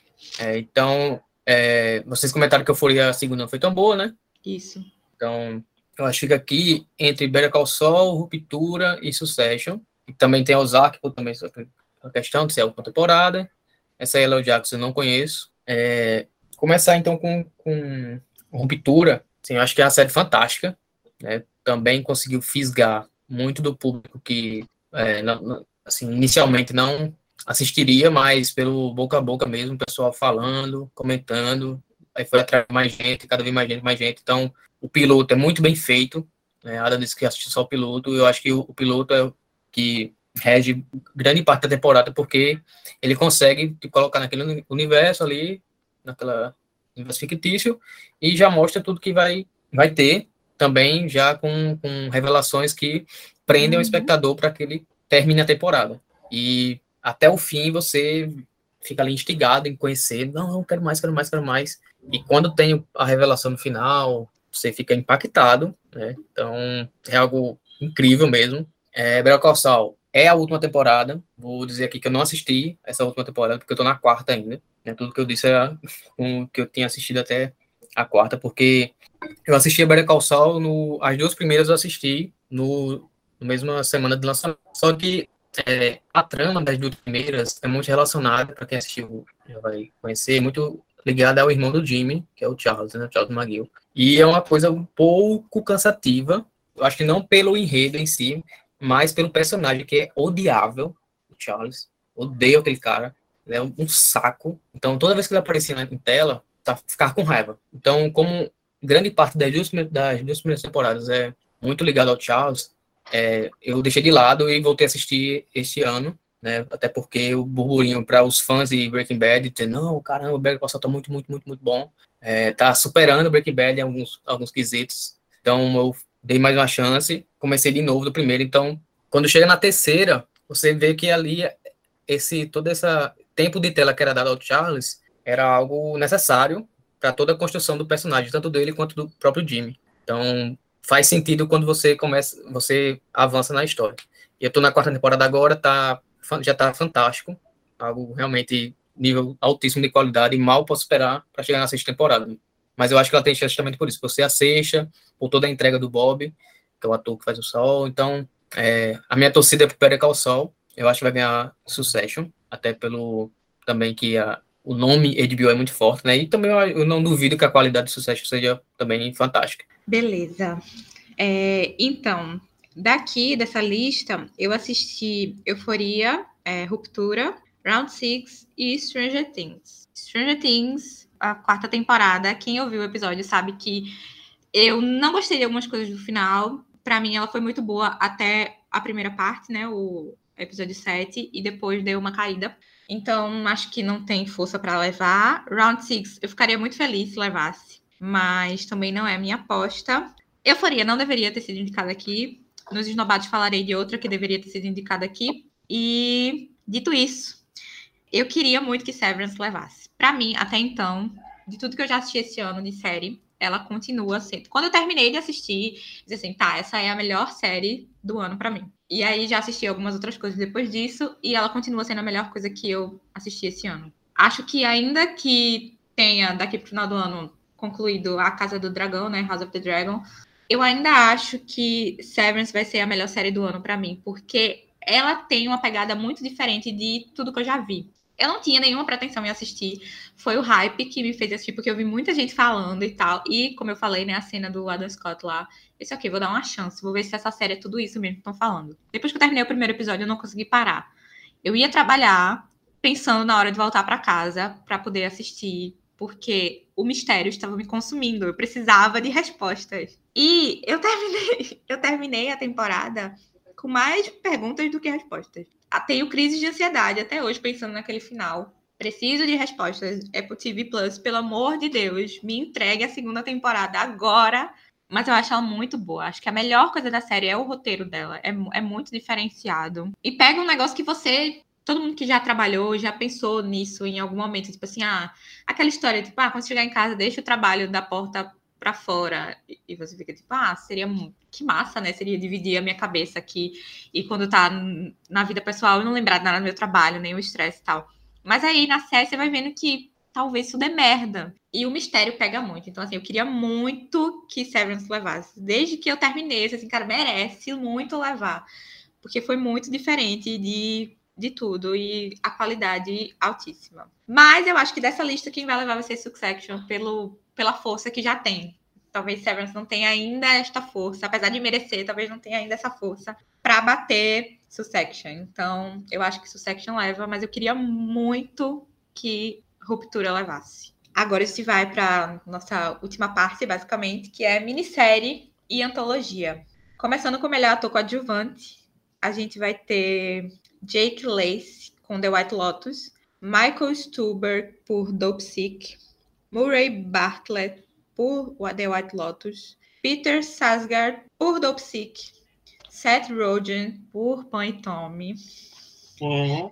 É, então, é, vocês comentaram que a Euphoria a segunda não foi tão boa, né?
Isso.
Então, eu acho que fica aqui entre Better Call Saul, Ruptura e Succession. E também tem Ozark, por também sobre a questão de ser a última temporada. Essa aí, Léo Jackson, eu não conheço. É, começar, então, com, com Ruptura. Assim, eu acho que é uma série fantástica, né? Também conseguiu fisgar muito do público que, é, não- não- assim, inicialmente não assistiria, mas pelo boca a boca mesmo, o pessoal falando, comentando, aí foi atrás de mais gente, cada vez mais gente, mais gente. Então, o piloto é muito bem feito, né? A Ada disse que assistiu só o piloto, eu acho que o, o piloto é o que rege grande parte da temporada, porque ele consegue te colocar naquele universo ali, naquela universo fictício, e já mostra tudo que vai, vai ter, também já com, com revelações que prendem o
Uhum.
espectador para que ele termine a temporada. E até o fim você fica ali instigado em conhecer, não, não, quero mais, quero mais, quero mais. E quando tem a revelação no final, você fica impactado, né? Então, é algo incrível mesmo. É, Better Call Saul é a última temporada. Vou dizer aqui que eu não assisti essa última temporada, porque eu tô na quarta ainda. Né? Tudo que eu disse é com que eu tinha assistido até a quarta, porque eu assisti a Better Call Saul, no, as duas primeiras eu assisti no, no mesma semana de lançamento. Só que é, a trama das duas primeiras é muito relacionada, para quem assistiu já vai conhecer, muito ligada ao irmão do Jimmy, que é o Charles, né, Charles McGill. E é uma coisa um pouco cansativa, eu acho que não pelo enredo em si, mas pelo personagem, que é odiável, o Charles. Odeio aquele cara, ele é um, um saco. Então, toda vez que ele aparecia na em tela, tá, ficar com raiva. Então, como grande parte das duas, das duas primeiras temporadas é muito ligado ao Charles, é, eu deixei de lado e voltei a assistir este ano, né? Até porque o burburinho para os fãs de Breaking Bad, dizer, não, caramba, o Better Call Saul tá muito, muito, muito, muito bom. É, tá superando o Breaking Bad em alguns, alguns quesitos. Então, eu dei mais uma chance, comecei de novo do primeiro. Então, quando chega na terceira, você vê que ali, esse todo esse tempo de tela que era dado ao Charles era algo necessário para toda a construção do personagem, tanto dele quanto do próprio Jimmy. Então, faz sentido quando você começa, você avança na história. E eu tô na quarta temporada agora, tá, já tá fantástico, algo realmente nível altíssimo de qualidade, e mal posso esperar para chegar na sexta temporada. Mas eu acho que ela tem chance justamente por isso. Você a sexta, por toda a entrega do Bob, que é o ator que faz o Sol. Então, é, a minha torcida é pro Better Call Saul. Eu acho que vai ganhar Succession, até pelo também que a, o nome H B O é muito forte, né? E também eu, eu não duvido que a qualidade do Succession seja também fantástica.
Beleza. É, então, daqui dessa lista, eu assisti Euphoria, é, Ruptura, Round Six e Stranger Things. Stranger Things, a quarta temporada, quem ouviu o episódio sabe que eu não gostei de algumas coisas do final. Pra mim, ela foi muito boa até a primeira parte, né? O episódio sete, e depois deu uma caída. Então, acho que não tem força pra levar. Round Six, eu ficaria muito feliz se levasse, mas também não é minha aposta. Euforia não deveria ter sido indicada aqui. Nos Esnobados falarei de outra que deveria ter sido indicada aqui. E, dito isso, eu queria muito que Severance levasse. Pra mim, até então, de tudo que eu já assisti esse ano de série, ela continua sendo. Quando eu terminei de assistir, disse assim, tá, essa é a melhor série do ano pra mim. E aí já assisti algumas outras coisas depois disso, e ela continua sendo a melhor coisa que eu assisti esse ano. Acho que ainda que tenha, daqui pro final do ano, concluído A Casa do Dragão, né, House of the Dragon, eu ainda acho que Severance vai ser a melhor série do ano pra mim, porque ela tem uma pegada muito diferente de tudo que eu já vi. Eu não tinha nenhuma pretensão em assistir. Foi o hype que me fez assistir, porque eu vi muita gente falando e tal. E, como eu falei, né, a cena do Adam Scott lá. Esse aqui, vou dar uma chance. Vou ver se essa série é tudo isso mesmo que estão falando. Depois que eu terminei o primeiro episódio, eu não consegui parar. Eu ia trabalhar, pensando na hora de voltar para casa, para poder assistir. Porque o mistério estava me consumindo. Eu precisava de respostas. E eu terminei, eu terminei a temporada com mais perguntas do que respostas. Tenho crise de ansiedade até hoje, pensando naquele final. Preciso de respostas. Apple T V Plus, pelo amor de Deus, me entregue a segunda temporada agora. Mas eu acho ela muito boa. Acho que a melhor coisa da série é o roteiro dela. É, é muito diferenciado. E pega um negócio que você... Todo mundo que já trabalhou, já pensou nisso em algum momento. Tipo assim, ah, aquela história, tipo, ah, quando chegar em casa, deixa o trabalho da porta pra fora. E você fica tipo, ah, seria... Que massa, né? Seria dividir a minha cabeça aqui. E quando tá na vida pessoal, eu não lembrar nada do meu trabalho, nem o estresse e tal. Mas aí, na série, você vai vendo que talvez isso dê merda. E o mistério pega muito. Então, assim, eu queria muito que Severance levasse. Desde que eu terminei, assim, cara, merece muito levar. Porque foi muito diferente de, de tudo. E a qualidade altíssima. Mas eu acho que dessa lista, quem vai levar vai ser Succession, pelo, pela força que já tem. Talvez Severance não tenha ainda esta força, apesar de merecer, talvez não tenha ainda essa força para bater Succession. Então, eu acho que Succession leva, mas eu queria muito que Ruptura levasse. Agora a gente vai para nossa última parte, basicamente, que é minissérie e antologia. Começando com o melhor ator coadjuvante, a gente vai ter Jake Lacy com The White Lotus, Michael Stuhlbarg por Dopesick, Murray Bartlett por The White Lotus, Peter Sarsgaard por Dopesick, Seth Rogen por Pan e Tommy,
Uhum.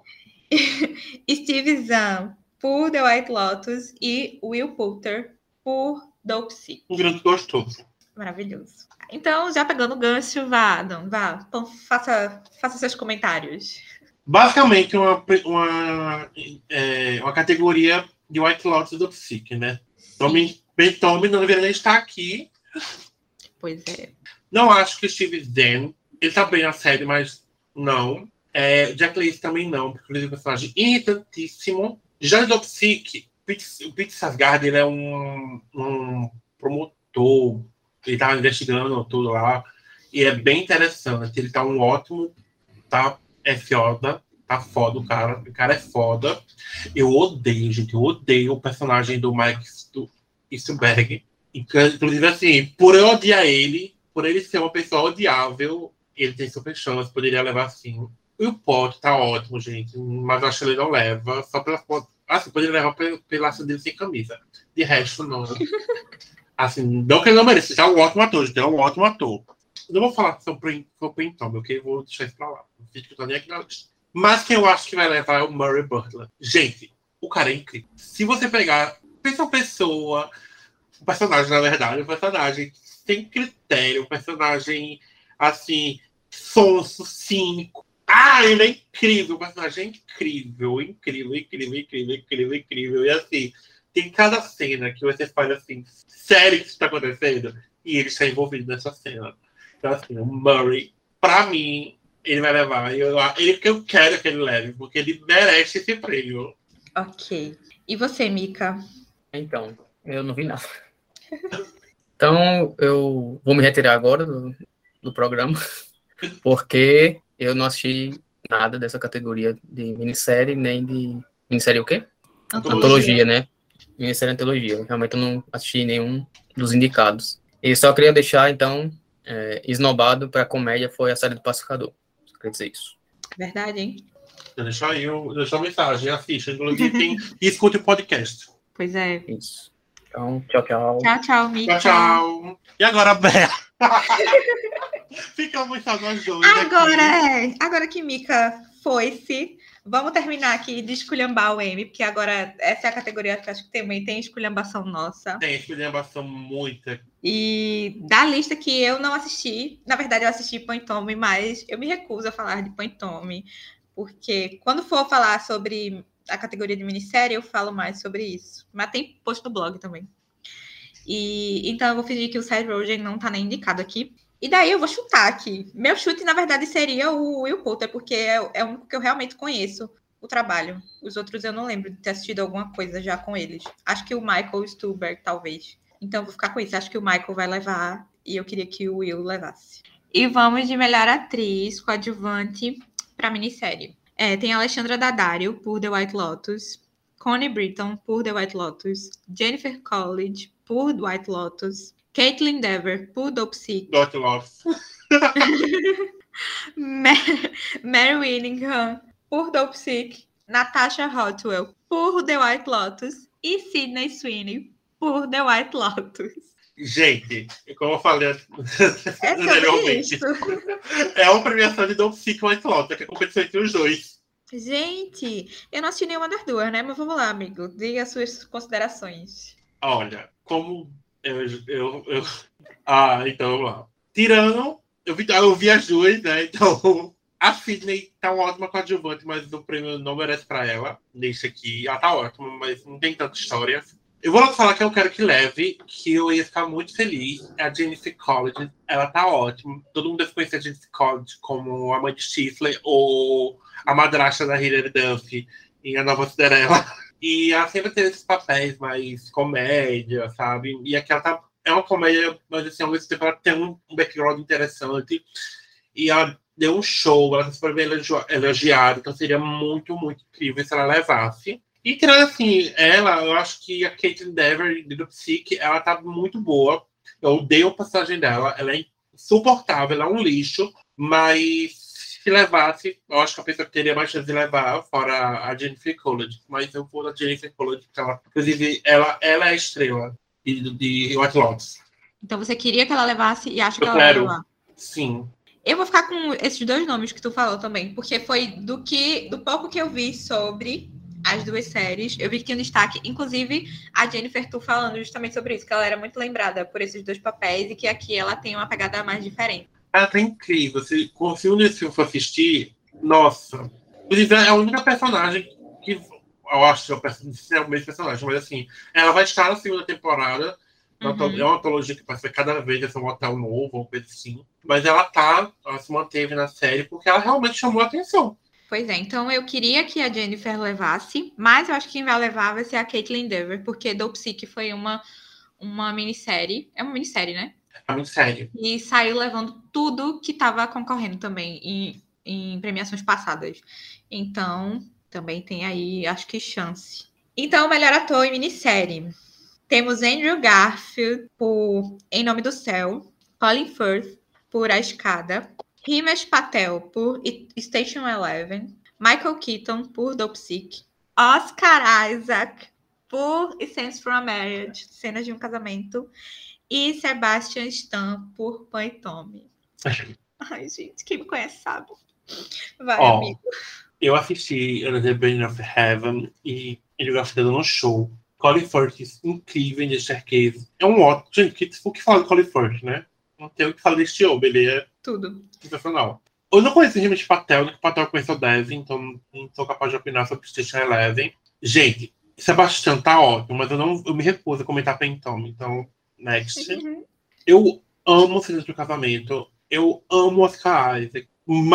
Steve Zahn por The White Lotus e Will Poulter por Dopesick.
Um grande gostoso.
Maravilhoso. Então, já pegando o gancho, vá, Adam, vá. Então, faça, faça seus comentários.
Basicamente, uma, uma, é, uma categoria de White Lotus do Psique, né? Tommy, Ben Tommy não deveria estar aqui.
Pois é.
Não acho que o Steve Zahn, ele tá bem na série, mas não. É, Jack Lacy também não, porque ele é um personagem irritantíssimo. Já do Psique, o Pete Sarsgaard, ele é um, um promotor, ele tá investigando tudo lá, e é bem interessante. Ele tá um ótimo, tá? É foda, tá foda o cara, o cara é foda. Eu odeio, gente, eu odeio o personagem do Mike Stuhlbarg. Inclusive, assim, por eu odiar ele, por ele ser uma pessoa odiável, ele tem super chance, poderia levar assim. E o Potter tá ótimo, gente, mas eu acho que ele não leva, só pela foto. Assim, poderia levar pela ação dele sem camisa. De resto, não. Assim, não que ele não mereça, já é um ótimo ator, gente, é um ótimo ator. Não vou falar sobre o Pan Tommy, ok? Vou deixar isso pra lá. Não sei que eu tô nem aqui na lista. Mas quem eu acho que vai levar é o Murray Butler. Gente, o cara é incrível. Se você pegar, pensa uma pessoa, um personagem, na verdade, um personagem sem critério, um personagem, assim, sonso, cínico. Ah, ele é incrível, o personagem é incrível, incrível, incrível, incrível, incrível, incrível. E assim, tem cada cena que você faz assim, sério que isso tá acontecendo? E ele está envolvido nessa cena. Então, assim, o Murray, pra mim, ele vai levar. Eu, ele que eu quero que ele leve, porque ele merece esse prêmio.
Ok. E você, Mika?
Então, eu não vi nada. Então, eu vou me retirar agora do, do programa, porque eu não assisti nada dessa categoria de minissérie, nem de... Minissérie o quê?
Antologia.
Antologia, né? Minissérie Antologia. Realmente eu não assisti nenhum dos indicados. E só queria deixar, então, é, esnobado para comédia foi a série do Pacificador. Só queria dizer isso.
Verdade, hein?
Deixa aí, deixa a mensagem, assista. Inclusive, tem, e escute o podcast.
Pois é.
Isso. Então, tchau, tchau.
Tchau, tchau, Mika.
Tchau, tchau. E agora, Bela? Ficamos só nós dois
Agora,
aqui.
é. Agora que Mika foi-se, vamos terminar aqui de esculhambar o M, porque agora essa é a categoria que acho que também tem esculhambação nossa.
Tem esculhambação muita.
E da lista que eu não assisti, na verdade eu assisti Pan e Tommy, mas eu me recuso a falar de Pan e Tommy, porque quando for falar sobre a categoria de minissérie, eu falo mais sobre isso. Mas tem post no blog também. E então eu vou fingir que o Seth Rogen não tá nem indicado aqui. E daí eu vou chutar aqui. Meu chute, na verdade, seria o Will Poulter, porque é, é o único que eu realmente conheço o trabalho. Os outros eu não lembro de ter assistido alguma coisa já com eles. Acho que o Michael Stuhlbarg, talvez. Então, eu vou ficar com isso. Acho que o Michael vai levar e eu queria que o Will levasse. E vamos de melhor atriz coadjuvante para minissérie. É, tem a Alexandra Daddario, por The White Lotus. Connie Britton, por The White Lotus. Jennifer Coolidge, por The White Lotus. Caitlin Dever, por Dope Sick.
Dot Love.
Mary Winningham, por Dope Sick. Natasha Rothwell, por The White Lotus. E Sydney Sweeney, por The White Lotus.
Gente, como eu falei
É
anteriormente, é uma premiação de Dope Sick e White Lotus, que é a competição entre os dois.
Gente, eu não assisti nenhuma das duas, né? Mas vamos lá, amigo. Diga as suas considerações.
Olha, como eu... eu, eu... Ah, então vamos lá. Tirando, eu vi, eu vi as duas, né? Então, a Sydney tá uma ótima coadjuvante, mas o prêmio não merece pra ela. Deixa aqui. Ela tá ótima, mas não tem tanta história. Eu vou logo falar que eu quero que leve, que eu ia ficar muito feliz. É a Jennifer Coolidge, ela tá ótima. Todo mundo deve conhecer a Jennifer Coolidge como a mãe de Stifler ou a madrasta da Hilary Duff em A Nova Cinderela. E ela sempre teve esses papéis mais comédia, sabe? E aqui ela tá, é uma comédia, mas assim, ao mesmo tempo ela tem um background interessante. E ela deu um show, ela foi super bem elogiada, então seria muito, muito incrível se ela levasse. E tirando assim, ela, eu acho que a Caitlin Dever do Psyche, ela tá muito boa. Eu odeio a passagem dela, ela é insuportável, ela é um lixo, mas se levasse, eu acho que a pessoa que teria mais chance de levar, fora a Jennifer Coolidge. Mas eu vou da Jennifer Coolidge, porque ela, inclusive, ela, ela é a estrela de, de White Lotus.
Então você queria que ela levasse e acha que
Eu
ela
quero.
vai levar?
Sim.
Eu vou ficar com esses dois nomes que tu falou também, porque foi do que do pouco que eu vi sobre as duas séries, eu vi que tinha um destaque, inclusive a Jennifer tu falando justamente sobre isso, que ela era muito lembrada por esses dois papéis e que aqui ela tem uma pegada mais diferente.
Ela tá incrível. Se, se um desse filme for assistir, nossa. Inclusive, é a única personagem que eu acho que é o mesmo personagem, mas assim, ela vai estar na segunda temporada. Uhum. É uma antologia que parece que cada vez vai ser um hotel novo, ou coisa assim. Mas ela tá, ela se manteve na série porque ela realmente chamou a atenção.
Pois é, então eu queria que a Jennifer levasse, mas eu acho que quem vai levar vai ser a Caitlin Dever, porque Dope Sick foi uma, uma minissérie. É uma minissérie, né?
É uma minissérie.
E saiu levando tudo que estava concorrendo também em, em premiações passadas. Então, também tem aí, acho que, chance. Então, melhor ator em minissérie. Temos Andrew Garfield por Em Nome do Céu, Colin Firth por A Escada, Himesh Patel por Station Eleven, Michael Keaton por Dope Sick, Oscar Isaac por Scenes from a Marriage, Cenas de um Casamento, e Sebastian Stan por Pai Tommy. Ai, gente, quem me conhece sabe. Vai, oh, amigo.
Eu assisti Under the Banner of Heaven e Andrew Garfield no show. Colin Firth, incrível em Staircase. É um ótimo. Gente, o que fala de Colin Firth, né? Não tem o que falar deste homem, ele é
tudo
sensacional. Eu não conheci o Himesh Patel, nem o Patel conheceu o Devin, então não sou capaz de opinar sobre Station Eleven. Gente, Sebastião tá ótimo, mas eu, não, eu me recuso a comentar Pai Tommy, então, next. Uhum. Eu amo Cenas do Casamento, eu amo Oscar Isaac,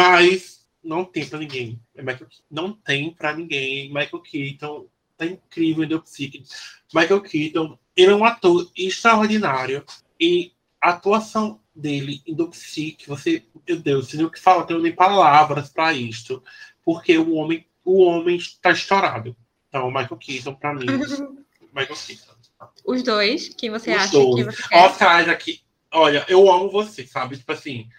mas não tem pra ninguém. Michael, não tem pra ninguém. Michael Keaton tá incrível em Dope Sick. Michael Keaton, ele é um ator extraordinário e a atuação dele em Dope Sick, você, meu Deus, você não o que falar, tenho nem palavras para isto, porque o homem, o homem está estourado. Então, Michael Keaton, para mim, Michael Keaton.
Os dois, quem você
Os
acha
dois.
que você quer?
Oscar aqui, olha, eu amo você, sabe? Tipo assim,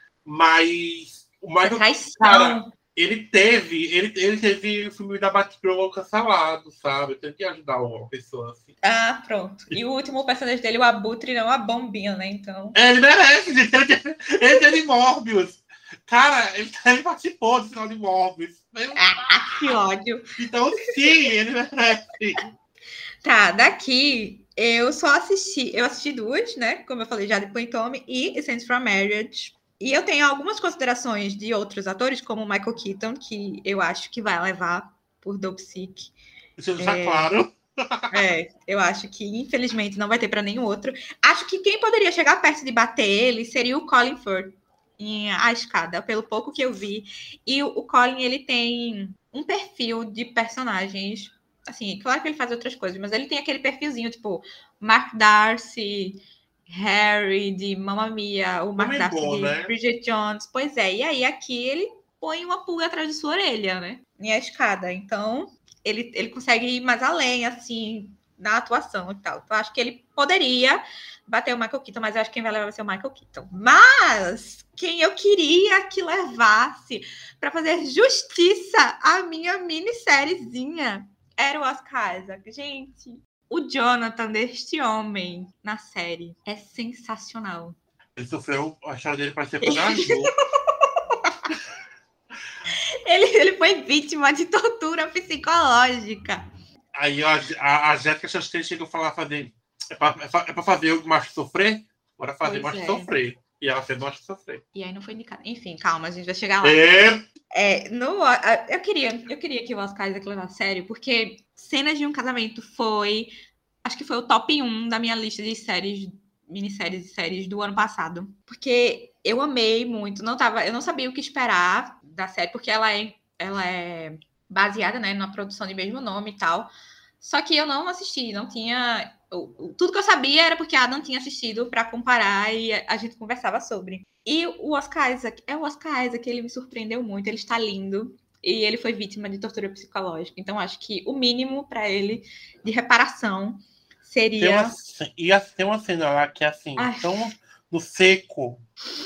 mas o Michael Keaton, ele teve, ele, ele teve o filme da Batgirl cancelado, sabe? Eu tenho que ajudar uma pessoa assim.
Ah, pronto. E o último personagem dele, o Abutre, não a bombinha, né? Então.
É, ele merece, gente. Ele teve, ele teve Morbius. Cara, ele, ele participou do final de Morbius.
Ah, que ódio.
Então, sim, ele merece.
Tá, daqui eu só assisti. Eu assisti duas, né? Como eu falei já, de Pai Tommy e Scenes from a Marriage. E eu tenho algumas considerações de outros atores, como o Michael Keaton, que eu acho que vai levar por Dope Sick.
Isso está é... claro.
É, eu acho que, infelizmente, não vai ter para nenhum outro. Acho que quem poderia chegar perto de bater ele seria o Colin Firth em A Escada, pelo pouco que eu vi. E o Colin, ele tem um perfil de personagens. Assim, claro que ele faz outras coisas, mas ele tem aquele perfilzinho, tipo, Mark Darcy, Harry de Mamma Mia, o Mark
Também
Darcy
bom,
de
né?
Bridget Jones. Pois é, e aí aqui ele põe uma pulga atrás de sua orelha, né? E a escada. Então, ele, ele consegue ir mais além, assim, na atuação e tal. Então, acho que ele poderia bater o Michael Keaton, mas eu acho que quem vai levar vai ser o Michael Keaton. Mas quem eu queria que levasse para fazer justiça à minha minissériezinha era o Oscar Isaac. Gente, o Jonathan deste homem na série é sensacional.
Ele sofreu, a história dele parecia com o Gaju.
Ele, ele foi vítima de tortura psicológica.
Aí a, a, a Jéssica Chastain chega a falar, fazer, é pra, é pra fazer o macho sofrer? Bora fazer o
Pois
macho
é.
sofrer. E ela fez o macho sofrer.
E aí não foi indicado. Enfim, calma, a gente vai chegar lá.
É,
É, no, eu, queria, eu queria que o Oscar Isaac levasse a sério, porque Cenas de um Casamento foi, acho que foi o top um da minha lista de séries, minisséries e séries do ano passado. Porque eu amei muito, não tava, eu não sabia o que esperar da série, porque ela é, ela é baseada, né, na produção de mesmo nome e tal. Só que eu não assisti, não tinha... Tudo que eu sabia era porque a Adam tinha assistido para comparar e a gente conversava sobre. E o Oscar Isaac, é o Oscar Isaac, ele me surpreendeu muito, ele está lindo e ele foi vítima de tortura psicológica. Então acho que o mínimo para ele de reparação seria...
tem uma, ia ter uma cena lá que é assim,
Ai.
tão no seco,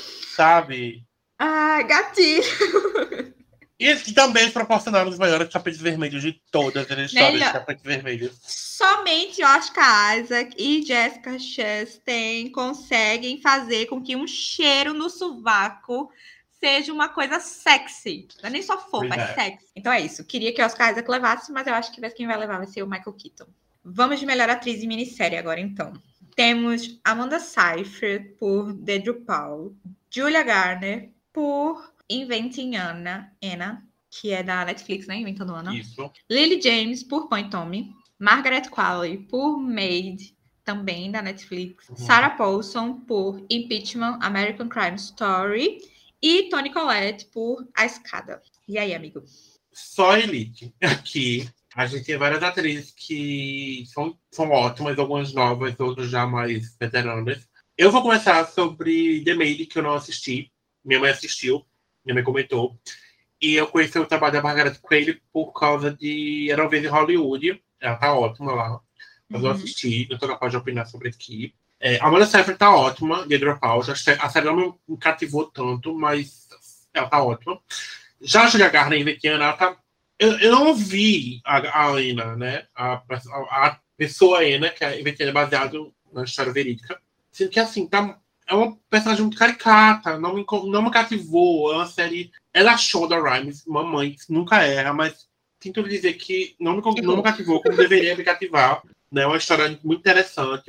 sabe?
Ah, gatilho!
E eles que também proporcionaram os maiores tapetes vermelhos de todas as histórias
Melhor.
de tapetes vermelhos.
Somente Oscar Isaac e Jessica Chastain conseguem fazer com que um cheiro no sovaco seja uma coisa sexy. Não é nem só fofa,
Pois
é.
é.
sexy. Então é isso. Queria que Oscar Isaac levasse, mas eu acho que quem vai levar vai ser o Michael Keaton. Vamos de melhor atriz em minissérie agora, então. Temos Amanda Seyfried por The Paul, Julia Garner por Inventing Anna, Anna, que é da Netflix, né? Inventando Anna.
Isso.
Lily James por Point Tommy. Margaret Qualley por Maid, também da Netflix.
Uhum.
Sarah Paulson por Impeachment, American Crime Story. E Toni Collette por A Escada. E aí, amigo?
Só Elite. Aqui, a gente tem várias atrizes que são, são ótimas, algumas novas, outras já mais veteranas. Eu vou começar sobre The Maid, que eu não assisti. Minha mãe assistiu, minha mãe comentou. E eu conheci o trabalho da Margaret Qualley por causa de Era uma Vez em Hollywood. Ela tá ótima lá. Mas
Uhum.
eu assisti, não tô capaz de opinar sobre aqui. É, a Amanda Seyfried tá ótima, de Dropout. A série não me cativou tanto, mas ela tá ótima. Já a Julia Garner em Vetiana, ela tá... Eu, eu não vi a, a Ana, né? A, a, a pessoa Ana, que é Vetiana baseado na história verídica. Sendo que, assim, tá... É uma personagem muito caricata, não me, não me cativou. É uma série... Ela achou da Rhimes, mamãe, nunca erra, mas sinto lhe dizer que não me, não me cativou como deveria me cativar. Né? É uma história muito interessante,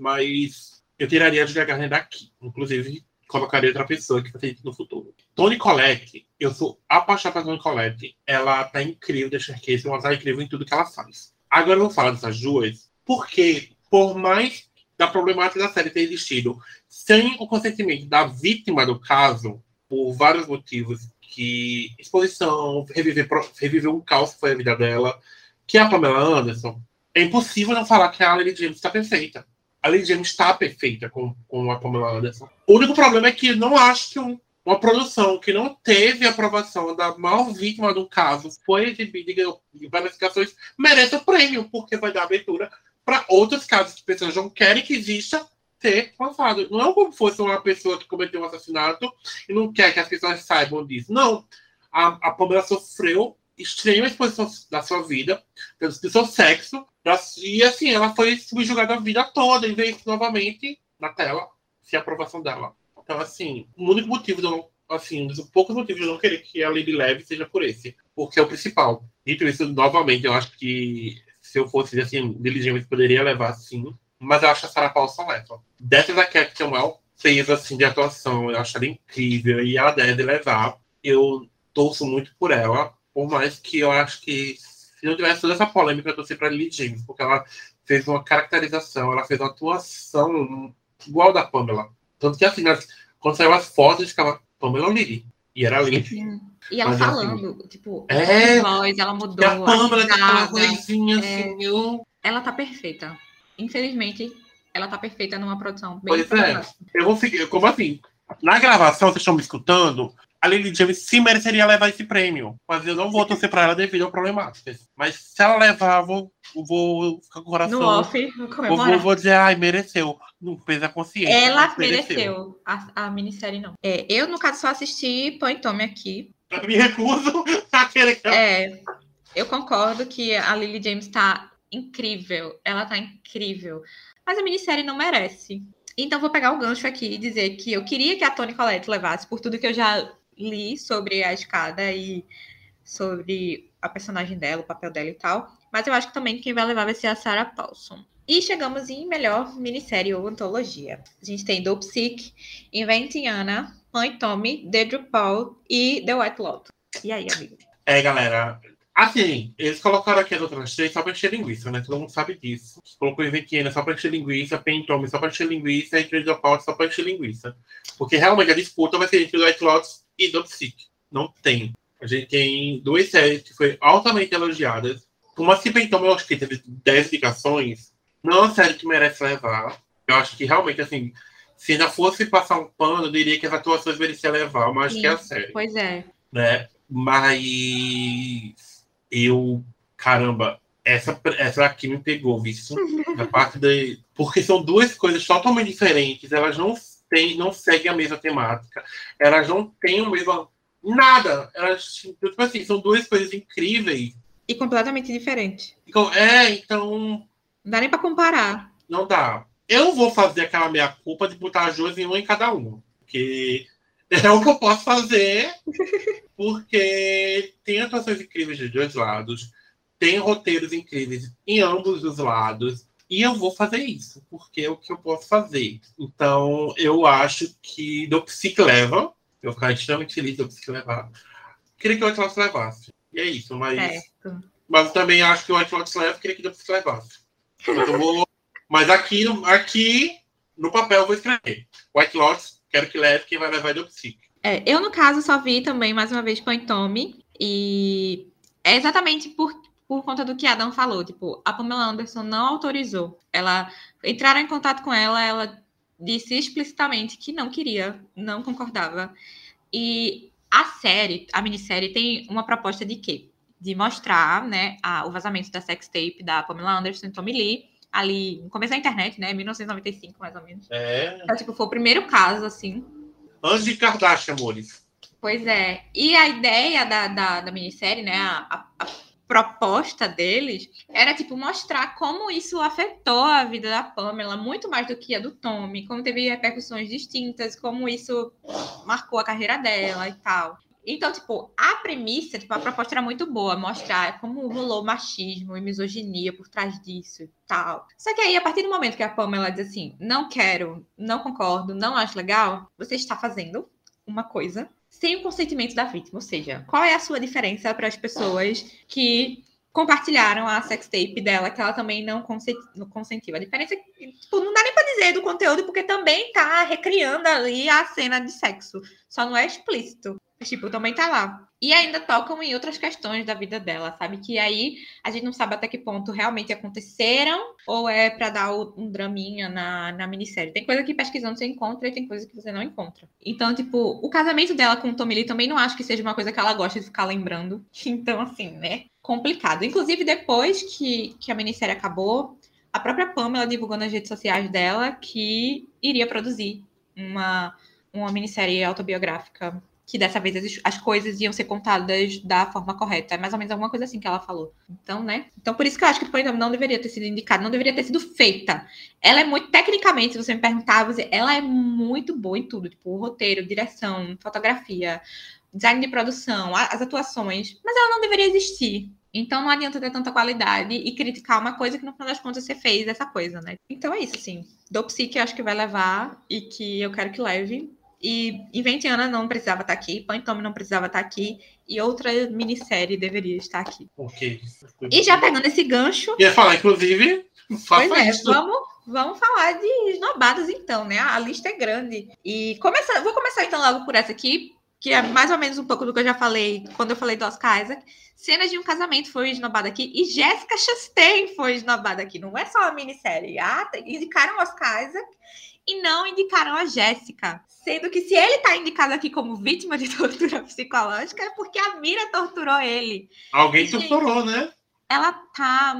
mas eu tiraria a Julia Garner daqui. Inclusive, colocaria outra pessoa que vai ter isso no futuro. Toni Collette, eu sou apaixonado pela Toni Collette. Ela tá incrível, deixa eu ver, ela tá incrível em tudo que ela faz. Agora eu vou falar dessas duas, porque por mais da problemática da série ter existido sem o consentimento da vítima do caso, por vários motivos, que exposição, reviver, reviver um caos que foi a vida dela, que é a Pamela Anderson, é impossível não falar que a Lily James está perfeita. A Lily James está perfeita com, com a Pamela Anderson. O único problema é que eu não acho que um, uma produção que não teve aprovação da maior vítima do caso foi exibida em várias indicações merece o prêmio, porque vai dar abertura para outros casos que pessoas não querem que exista ser lançado. Não é como se fosse uma pessoa que cometeu um assassinato e não quer que as pessoas saibam disso. Não. A, a Pamela sofreu extrema exposição da sua vida, do seu sexo, e assim, ela foi subjugada a vida toda e veio novamente na tela, sem a aprovação dela. Então, assim, o único motivo de eu não, assim, um dos poucos motivos de eu não querer que a Lily leve seja por esse, porque é o principal. Dito isso, novamente, eu acho que se eu fosse, assim, diligente, poderia levar, sim, mas eu acho que a Sarah Paulson leva. Dessa da Captain Well fez, assim, de atuação, eu acho ela incrível, e ela deve levar. Eu torço muito por ela, por mais que eu acho que se não tivesse toda essa polêmica, eu torci pra Lily James, porque ela fez uma caracterização, ela fez uma atuação igual da Pamela. Tanto que, assim, quando saiu as fotos, ficava Pamela ou Lily? E era lindo.
Sim. E ela
Mas,
falando, assim, tipo,
é,
a voz, ela mudou.
E a Pâmela tá com aquela
risada.
vozinha
É.
assim, eu...
Ela tá perfeita. Infelizmente, ela tá perfeita numa produção bem
Pois é,
problemática.
eu vou seguir, como assim? Na gravação, vocês estão me escutando, a Lily James sim mereceria levar esse prêmio, mas eu não vou torcer pra ela devido ao problemáticas. Mas se ela levar, eu vou, eu vou ficar com o coração...
No off,
Vou,
comemorar.
vou, vou dizer, ai, mereceu. Não fez a consciência.
Ela
mereceu.
mereceu. A, a minissérie não. É, eu, no caso, só assisti Põe Tome aqui.
Eu me recuso a querer que eu...
É, eu concordo que a Lily James tá incrível. Ela tá incrível. Mas a minissérie não merece. Então, vou pegar o gancho aqui e dizer que eu queria que a Toni Collette levasse, por tudo que eu já li sobre a escada e sobre a personagem dela, o papel dela e tal. Mas eu acho que também quem vai levar vai ser a Sarah Paulson. E chegamos em melhor minissérie ou antologia. A gente tem Dope Sick, Inventing Anna, Põe Tommy, The Drew Paul e The White Lotus. E aí, amigo?
É, galera... Assim, eles colocaram aqui as outras três só pra encher linguiça, né? Todo mundo sabe disso. Colocou Inventiana só pra encher linguiça, Pentome só pra encher linguiça e Trade of Out só pra encher linguiça. Porque realmente a disputa vai ser entre White Lotus e Dope Sick. Não tem. A gente tem duas séries que foram altamente elogiadas. Como assim, Pentome, eu acho que teve dez indicações. Não é uma série que merece levar. Eu acho que realmente, assim, se ainda fosse passar um pano, eu diria que as atuações mereciam levar, mas acho que é a série.
Pois é.
Né? Mas... Eu, caramba, essa, essa aqui me pegou, visto na parte da... Porque são duas coisas totalmente diferentes, elas não, têm, não seguem a mesma temática, elas não têm o mesmo... Nada! Elas, tipo assim, são duas coisas incríveis.
E completamente diferentes.
É, então...
Não dá nem pra comparar.
Não dá. Eu vou fazer aquela meia culpa de botar as duas em uma em cada uma, porque é o que eu posso fazer... Porque tem atuações incríveis dos dois lados, tem roteiros incríveis em ambos os lados, e eu vou fazer isso, porque é o que eu posso fazer. Então, eu acho que do Psic leva, eu vou ficar extremamente feliz do Psic levar. Queria que o White Lotus levasse. E é isso, mas...
Certo.
Mas eu também acho que o White Lotus leva, queria que o Psic levasse. Mas, eu vou... mas aqui, aqui, no papel, eu vou escrever. White Lotus, quero que leve, quem vai levar é do Psic.
É, eu, no caso, só vi também, mais uma vez, Põe Tommy. E é exatamente por, por conta do que a Adam falou. Tipo, a Pamela Anderson não autorizou. Ela entraram em contato com ela, ela disse explicitamente que não queria, não concordava. E a série, a minissérie, tem uma proposta de quê? De mostrar, né, a, o vazamento da sextape da Pamela Anderson e Tommy Lee, ali no começo da internet, né, mil novecentos e noventa e cinco, mais ou menos.
É.
Então, tipo, foi o primeiro caso, assim.
Antes de Kardashian, amores.
Pois é. E a ideia da, da, da minissérie, né? A, a, a proposta deles era, tipo, mostrar como isso afetou a vida da Pamela, muito mais do que a do Tommy, como teve repercussões distintas, como isso marcou a carreira dela e tal. Então, tipo, a premissa, tipo, a proposta era muito boa, mostrar como rolou machismo e misoginia por trás disso e tal. Só que aí, a partir do momento que a Pamela diz assim, não quero, não concordo, não acho legal, você está fazendo uma coisa sem o consentimento da vítima. Ou seja, qual é a sua diferença para as pessoas que compartilharam a sextape dela, que ela também não consentiu? A diferença é que, tipo, não dá nem para dizer do conteúdo, porque também tá recriando ali a cena de sexo. Só não é explícito. Tipo, também tá lá. E ainda tocam em outras questões da vida dela, sabe? Que aí a gente não sabe até que ponto realmente aconteceram ou é pra dar um draminha na, na minissérie. Tem coisa que pesquisando você encontra e tem coisa que você não encontra. Então, tipo, o casamento dela com o Tommy Lee também não acho que seja uma coisa que ela gosta de ficar lembrando. Então, assim, né? Complicado. Inclusive, depois que, que a minissérie acabou, a própria Pamela divulgou nas redes sociais dela que iria produzir uma, uma minissérie autobiográfica, que dessa vez as, as coisas iam ser contadas da forma correta. É mais ou menos alguma coisa assim que ela falou. Então, né? Então, por isso que eu acho que Põe Tommy não deveria ter sido indicada, não deveria ter sido feita. Ela é muito, tecnicamente, se você me perguntar, você, ela é muito boa em tudo. Tipo, roteiro, direção, fotografia, design de produção, as atuações. Mas ela não deveria existir. Então, não adianta ter tanta qualidade e criticar uma coisa que, no final das contas, você fez essa coisa, né? Então, é isso, assim. Dope Sick, eu acho que vai levar e que eu quero que leve. E Inventiana não precisava estar aqui, Põe Tommy não precisava estar aqui, e outra minissérie deveria estar aqui.
Ok.
E já pegando esse gancho...
Ia falar, inclusive...
Pois é, vamos, vamos falar de esnobados então, né? A lista é grande. E começa, vou começar então logo por essa aqui, que é mais ou menos um pouco do que eu já falei quando eu falei do Oscar Isaac. Cenas de um Casamento foi esnobada aqui e Jessica Chastain foi esnobada aqui. Não é só a minissérie. Ah, indicaram o Oscar Isaac e não indicaram a Jéssica. Sendo que se ele tá indicado aqui como vítima de tortura psicológica é porque a Mira torturou ele.
Alguém
Gente,
torturou, né?
ela tá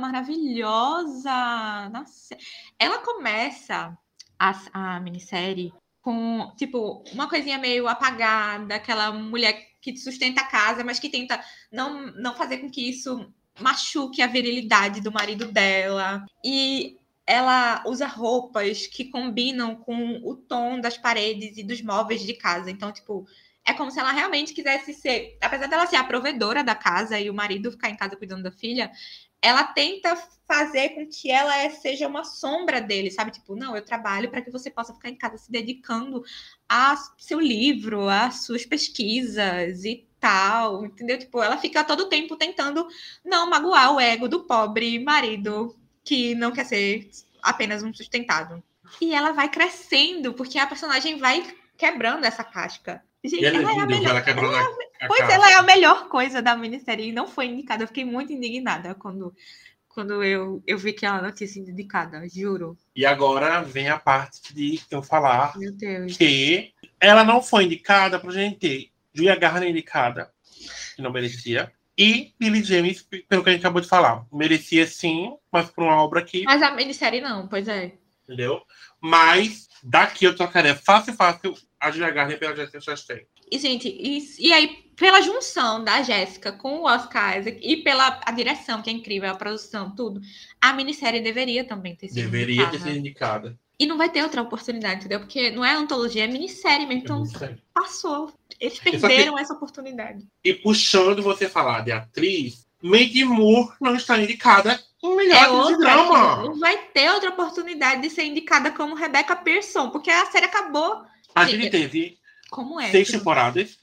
maravilhosa. Nossa. Ela começa a, a minissérie com, tipo, uma coisinha meio apagada, aquela mulher que sustenta a casa, mas que tenta não, não fazer com que isso machuque a virilidade do marido dela. E ela usa roupas que combinam com o tom das paredes e dos móveis de casa. Então, tipo, é como se ela realmente quisesse ser... Apesar dela ser a provedora da casa e o marido ficar em casa cuidando da filha, ela tenta fazer com que ela seja uma sombra dele, sabe? Tipo, não, eu trabalho para que você possa ficar em casa se dedicando ao seu livro, às suas pesquisas e tal, entendeu? Tipo, ela fica todo o tempo tentando não magoar o ego do pobre marido que não quer ser apenas um sustentado. E ela vai crescendo, porque a personagem vai quebrando essa casca. Gente,
ela,
ela
é
é a melhor.
ela quebrando
ela,
a, a
pois
casa.
ela é a melhor coisa da minissérie e não foi indicada. Eu fiquei muito indignada quando, quando eu, eu vi que ela não tinha sido indicada, juro.
E agora vem a parte de eu falar
Meu Deus.
que ela não foi indicada pra gente ter Julia Garner indicada, que não merecia, e Lily James, pelo que a gente acabou de falar. Merecia sim, mas por uma obra que...
Mas a minissérie não, pois é.
Entendeu? Mas daqui eu trocaria fácil, fácil a Julia Garner pela Jessica Chastain.
E, gente, e, e aí, pela junção da Jéssica com o Oscar Isaac e pela a direção, que é incrível, a produção, tudo, a minissérie deveria também ter sido
Deveria
indicada.
ter sido indicada.
E não vai ter outra oportunidade, entendeu? Porque não é antologia, é minissérie mesmo. Então,
É
passou. Eles perderam que... essa oportunidade.
E puxando você falar de atriz, Mandy Moore não está indicada em melhor
é
atriz de drama.
Não vai ter outra oportunidade de ser indicada como Rebecca Pearson, porque a série acabou.
A gente teve
como é,
seis
que...
temporadas.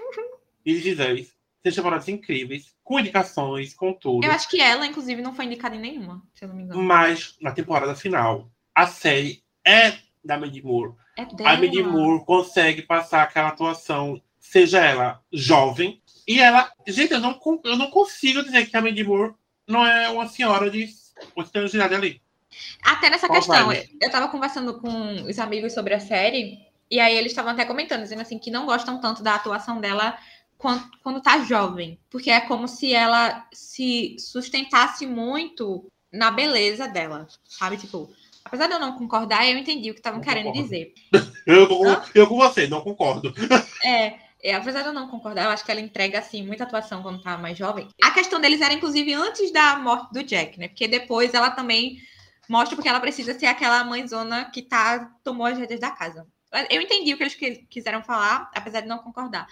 E dezesseis. Seis temporadas incríveis, com indicações, com tudo.
Eu acho que ela, inclusive, não foi indicada em nenhuma, se eu não me engano.
Mas, na temporada final, a série é da Mandy Moore.
É dela.
A Mandy Moore consegue passar aquela atuação, seja ela jovem, e ela... Gente, eu não, eu não consigo dizer que a Mandy Moore não é uma senhora de oitenta anos de idade ali.
Até nessa
Qual
questão,
vale?
eu tava conversando com os amigos sobre a série, e aí eles estavam até comentando, dizendo assim, que não gostam tanto da atuação dela quando, quando tá jovem. Porque é como se ela se sustentasse muito na beleza dela, sabe? Tipo, apesar de eu não concordar, eu entendi o que estavam querendo
concordo.
dizer.
Eu, eu, eu com você, não concordo.
É, é, apesar de eu não concordar, eu acho que ela entrega, assim, muita atuação quando tá mais jovem. A questão deles era, inclusive, antes da morte do Jack, né? Porque depois ela também mostra porque ela precisa ser aquela mãezona que tá, tomou as rédeas da casa. Eu entendi o que eles quiseram falar, apesar de não concordar.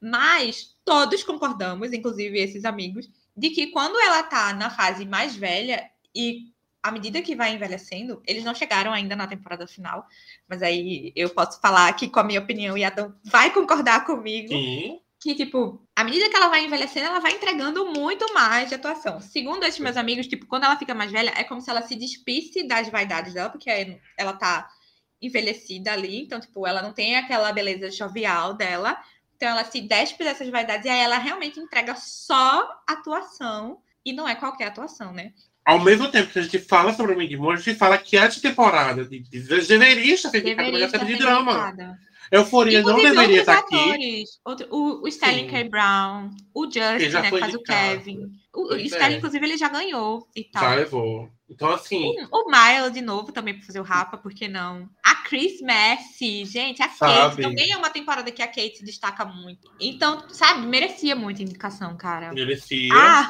Mas todos concordamos, inclusive esses amigos, de que quando ela tá na fase mais velha e à medida que vai envelhecendo, eles não chegaram ainda na temporada final, mas aí eu posso falar aqui com a minha opinião e a Adam vai concordar comigo.
Sim.
Que, tipo, à medida que ela vai envelhecendo, ela vai entregando muito mais de atuação. Segundo esses meus amigos, tipo, quando ela fica mais velha, é como se ela se despisse das vaidades dela, porque ela tá envelhecida ali, então, tipo, ela não tem aquela beleza jovial dela, então ela se despe dessas vaidades e aí ela realmente entrega só atuação, e não é qualquer atuação, né?
Ao mesmo tempo que a gente fala sobre o Mandy Moore, a gente fala que essa temporada de, de, deveria estar indicada melhor série de drama.
Indicada.
Euforia
Inclusive,
não deveria estar
atores,
aqui.
Outro, o, o Sterling K. Brown, o Justin, né, que faz o Kevin. O, o Sterling, é. inclusive, ele já ganhou e tal.
Já levou. Então, assim...
O, o Miles, de novo, também para fazer o Rafa, por que não? A Chris Messi, gente, a
sabe.
Kate. Também é uma temporada que a Kate se destaca muito. Então, sabe, merecia muita indicação, cara.
Merecia.
Ah,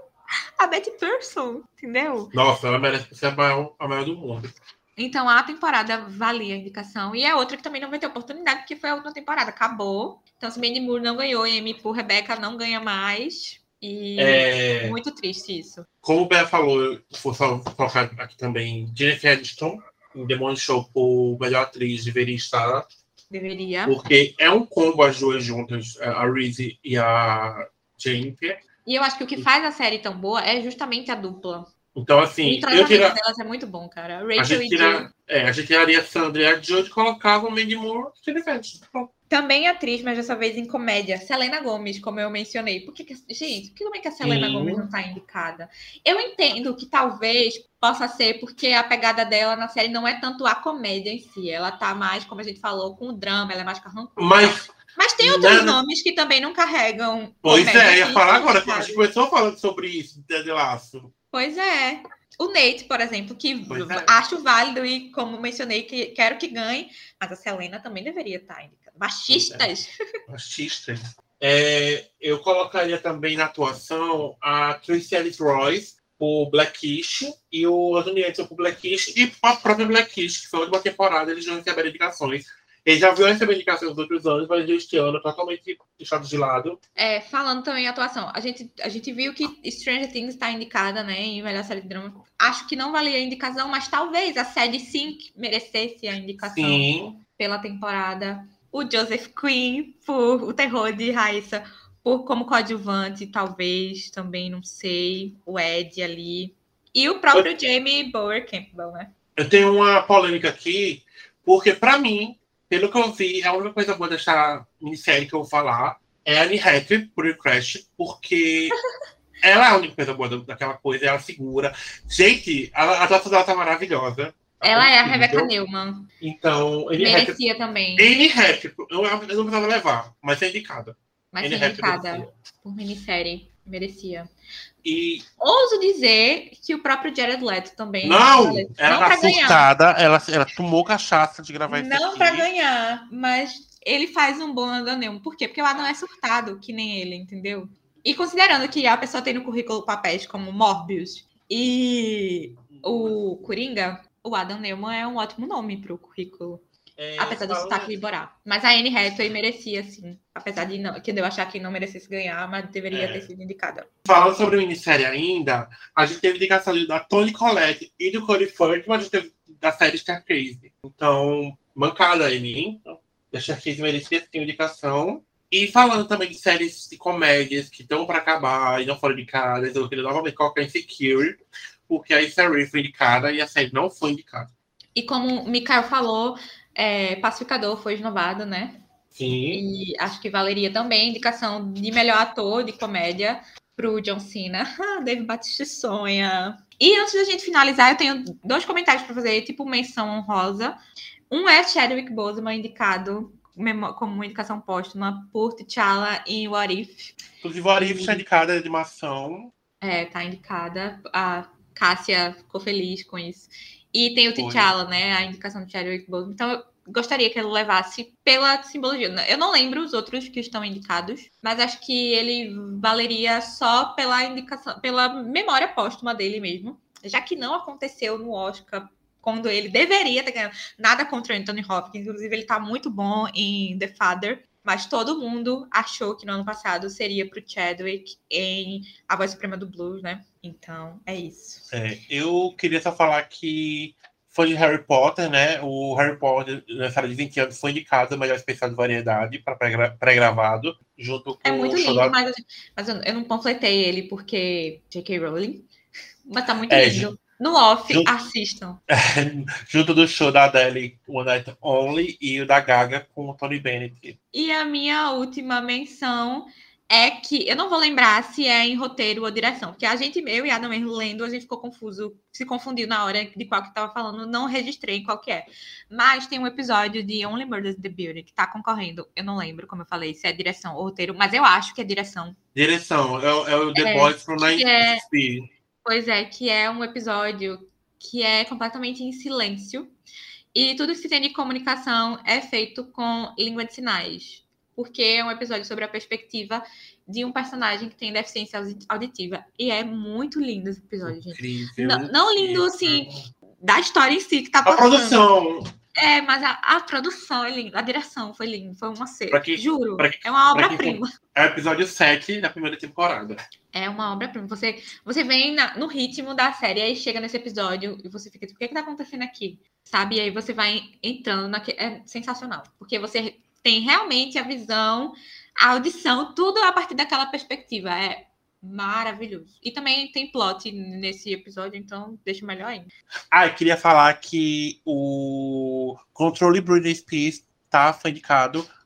a Betty Pearson, entendeu?
Nossa, ela merece ser a maior, a maior do mundo.
Então, a temporada valia a indicação. E é outra que também não vai ter oportunidade, porque foi a última temporada. Acabou. Então, se Mandy Moore não ganhou, e Amy por Rebecca não ganha mais. E é... muito triste isso.
Como o Bea falou, eu vou só colocar aqui também Jennifer Aniston, em The Morning Show, por melhor atriz, deveria estar.
Deveria.
Porque é um combo as duas juntas, a Reese e a Jennifer.
E eu acho que o que faz a série tão boa é justamente a dupla.
Então, assim,
o entrosamento tira... delas é muito bom, cara. Rachel
a gente, tira... é, a gente tiraria a Sandra e a Jodie e colocava o Mandy Moore e Jennifer Aniston.
Também atriz, mas dessa vez em comédia. Selena Gomez, como eu mencionei. Por que, que gente, por que como é que a Selena
Sim.
Gomez não está indicada? Eu entendo que talvez possa ser porque a pegada dela na série não é tanto a comédia em si. Ela tá mais, como a gente falou, com o drama, ela é mais carrancuda.
Mas,
Mas tem outros
né,
nomes que também não carregam
pois
comédia.
é, ia
aqui,
falar
são
agora. A
indicados.
gente começou falando sobre isso, de Ted Lasso.
Pois é. O Nate, por exemplo, que
Pois é.
acho válido e, como mencionei, que quero que ganhe, mas a Selena também deveria estar indicada. Machistas.
Machistas. É, eu colocaria também na atuação a Tracee Ellis Ross por Blackish e o Anthony Edson por Blackish e a própria Blackish, que foi a última temporada, eles não receberam indicações. Eles já viram receber indicações nos outros anos, mas este ano totalmente deixados de lado.
É, falando também em atuação, a gente, a gente viu que Stranger Things está indicada, né, em melhor série de drama. Acho que não valia a indicação, mas talvez a série sim merecesse a indicação
Sim.
pela temporada. O Joseph Quinn por O Terror de Raíssa, por como coadjuvante, talvez, também, não sei. O Ed ali. E o próprio eu... Jamie Bower Campbell, né?
Eu tenho uma polêmica aqui, porque pra mim, pelo que eu vi, a única coisa boa dessa minissérie que eu vou falar é a Anne Hathaway por Crash, porque ela é a única coisa boa daquela coisa, ela segura. Gente, a, a atuação dela tá maravilhosa.
Ela é a Rebecca Neumann.
Então, Anne
merecia
Hathaway, também. Anne Hathaway, eu, eu não precisava levar, mas é indicada.
Mas é indicada por minissérie, merecia.
E
ouso dizer que o próprio Jared Leto também.
Não! Ela não tá surtada, ela, ela tomou cachaça de gravar isso aqui.
Não pra ganhar, mas ele faz um bom Andaneu. Por quê? Porque o Adam é surtado, que nem ele, entendeu? E considerando que a pessoa tem no currículo papéis como Morbius e o Coringa, o Adam Neumann é um ótimo nome pro currículo. É, apesar do sotaque de Borá. Mas a Anne Hathaway merecia, sim. Apesar de não, que eu achar que não merecesse ganhar, mas deveria é. ter sido indicada.
Falando sobre a minissérie ainda, a gente teve indicação da Toni Collette e do Cody Ford, mas a gente teve da série Starcrazy. Então, mancada aí, hein? A Starcrazy merecia ter indicação. E falando também de séries de comédias que estão para acabar e não foram indicadas, eu queria novamente colocar Insecure, porque a Issa Rae foi indicada e a série não foi indicada.
E como o Mikael falou, é, Pacificador foi renovado, né?
Sim.
E acho que valeria também indicação de melhor ator de comédia pro John Cena. David Bautista sonha. E antes da gente finalizar, eu tenho dois comentários para fazer, tipo menção honrosa. Um é Chadwick Boseman indicado como uma indicação póstuma por T'Challa em What If.
Inclusive, What If está indicada de animação.
É, tá indicada. A Cássia ficou feliz com isso. E tem o T'Challa, né? A indicação do Chadwick Boseman. Então, eu gostaria que ele levasse pela simbologia. Eu não lembro os outros que estão indicados, mas acho que ele valeria só pela indicação, pela memória póstuma dele mesmo. Já que não aconteceu no Oscar quando ele deveria ter ganhado. Nada contra o Anthony Hopkins. Inclusive, ele tá muito bom em The Father. Mas todo mundo achou que no ano passado seria pro Chadwick em A Voz Suprema do Blues, né? Então, é isso.
É, eu queria só falar que fã de Harry Potter, né? O Harry Potter, nessa de vinte anos, foi indicado o melhor especial de variedade para pré-gravado, junto com
é muito
o
lindo,
da...
mas, mas eu, eu não panfletei ele porque J K. Rowling. Mas tá muito
é,
lindo. No off,
junto,
assistam.
Junto do show da Adele, One Night Only, e o da Gaga com o Tony Bennett.
E a minha última menção é que eu não vou lembrar se é em roteiro ou direção, porque a gente, eu e Adam mesmo lendo, a gente ficou confuso, se confundiu na hora de qual que tava falando, não registrei qual que é. Mas tem um episódio de Only Murders in the Building que tá concorrendo, eu não lembro, como eu falei, se é direção ou roteiro, mas eu acho que é direção.
Direção, é, é o The
é,
Boys from nineteen sixty.
É, pois é, que é um episódio que é completamente em silêncio e tudo que se tem de comunicação é feito com língua de sinais. Porque é um episódio sobre a perspectiva de um personagem que tem deficiência auditiva. E é muito lindo esse episódio, gente.
Incrível.
Não, não lindo, assim, da história em si que tá
a
passando.
A produção.
É, mas a, a produção é linda. A direção foi linda. Foi um acerto.
Que,
Juro.
Que,
é uma obra-prima.
É o episódio sete da primeira temporada.
É uma obra-prima. Você, você vem na, no ritmo da série, aí chega nesse episódio e você fica tipo, o que é que tá acontecendo aqui? Sabe? E aí você vai entrando naquele... É sensacional. Porque você... tem realmente a visão, a audição, tudo a partir daquela perspectiva. É maravilhoso. E também tem plot nesse episódio, então deixa melhor ainda.
Ah, eu queria falar que o Controle Britney Spears tá, foi indicado,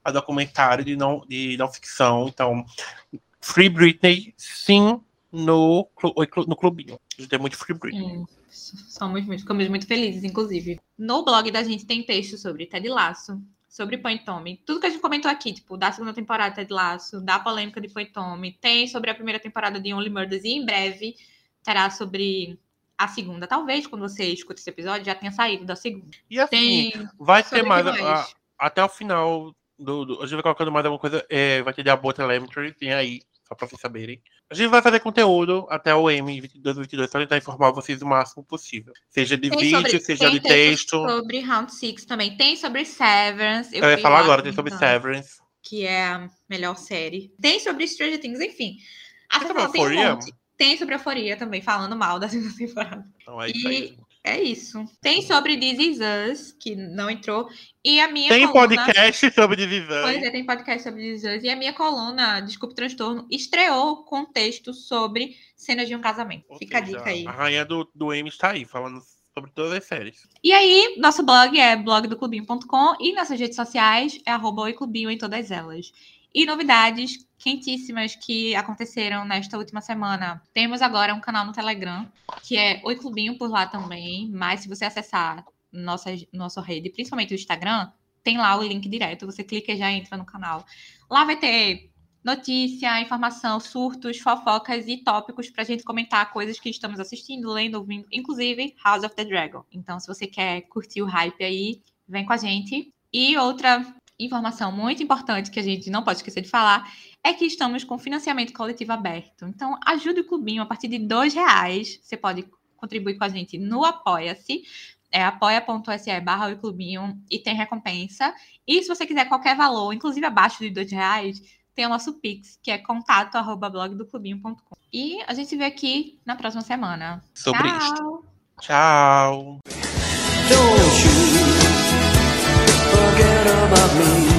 a documentário de não, de não ficção. Então, Free Britney, sim, no, no clubinho. A gente tem muito Free Britney.
Hum, somos muito, ficamos muito felizes, inclusive. No blog da gente tem texto sobre Ted Lasso, sobre Põe Tome. Tudo que a gente comentou aqui, tipo, da segunda temporada de Ted Lasso, da polêmica de Põe Tome, tem sobre a primeira temporada de Only Murders e em breve terá sobre a segunda. Talvez, quando você escuta esse episódio, já tenha saído da segunda.
E assim,
tem
vai ter mais, a, até o final do, do... A gente vai colocando mais alguma coisa, é, vai ter The Abbott Elementary, tem aí, só pra vocês saberem. A gente vai fazer conteúdo até o M vinte e dois vinte e dois para tentar informar vocês o máximo possível. Seja de
tem
vídeo,
sobre,
seja de texto.
Tem sobre Round Six também. Tem sobre Severance.
Eu, eu ia falar agora, tem sobre Severance.
Que é a melhor série. Tem sobre Stranger Things, enfim. A
tem sobre Euphoria?
Um tem sobre Euphoria também, falando mal da segunda temporada.
Então é
e
isso aí.
É isso. Tem sobre This Is Us, que não entrou. E a minha
Tem
coluna...
podcast sobre This Is Us.
Pois é, tem podcast sobre This Is Us. E a minha coluna, Desculpe Transtorno, estreou com texto sobre cenas de um casamento.
Ou
Fica
seja,
a dica aí.
A rainha do, do M está aí, falando sobre todas as séries.
E aí, nosso blog é blog do clubinho ponto com e nossas redes sociais é arroba oiclubinho em todas elas. E novidades quentíssimas que aconteceram nesta última semana. Temos agora um canal no Telegram, que é Oi Clubinho por lá também. Mas se você acessar nossa, nossa rede, principalmente o Instagram, tem lá o link direto. Você clica e já entra no canal. Lá vai ter notícia, informação, surtos, fofocas e tópicos pra gente comentar coisas que estamos assistindo, lendo, ouvindo, inclusive House of the Dragon. Então, se você quer curtir o hype aí, vem com a gente. E outra informação muito importante que a gente não pode esquecer de falar é que estamos com financiamento coletivo aberto. Então, ajude o Clubinho a partir de dois reais. Você pode contribuir com a gente no Apoia-se. É apoia.se barra o Clubinho e tem recompensa. E se você quiser qualquer valor, inclusive abaixo de dois reais, tem o nosso Pix, que é contato arroba blog do clubinho ponto com. E a gente se vê aqui na próxima semana.
Sobre
Tchau!
Isto. Tchau!
Don't you forget about me.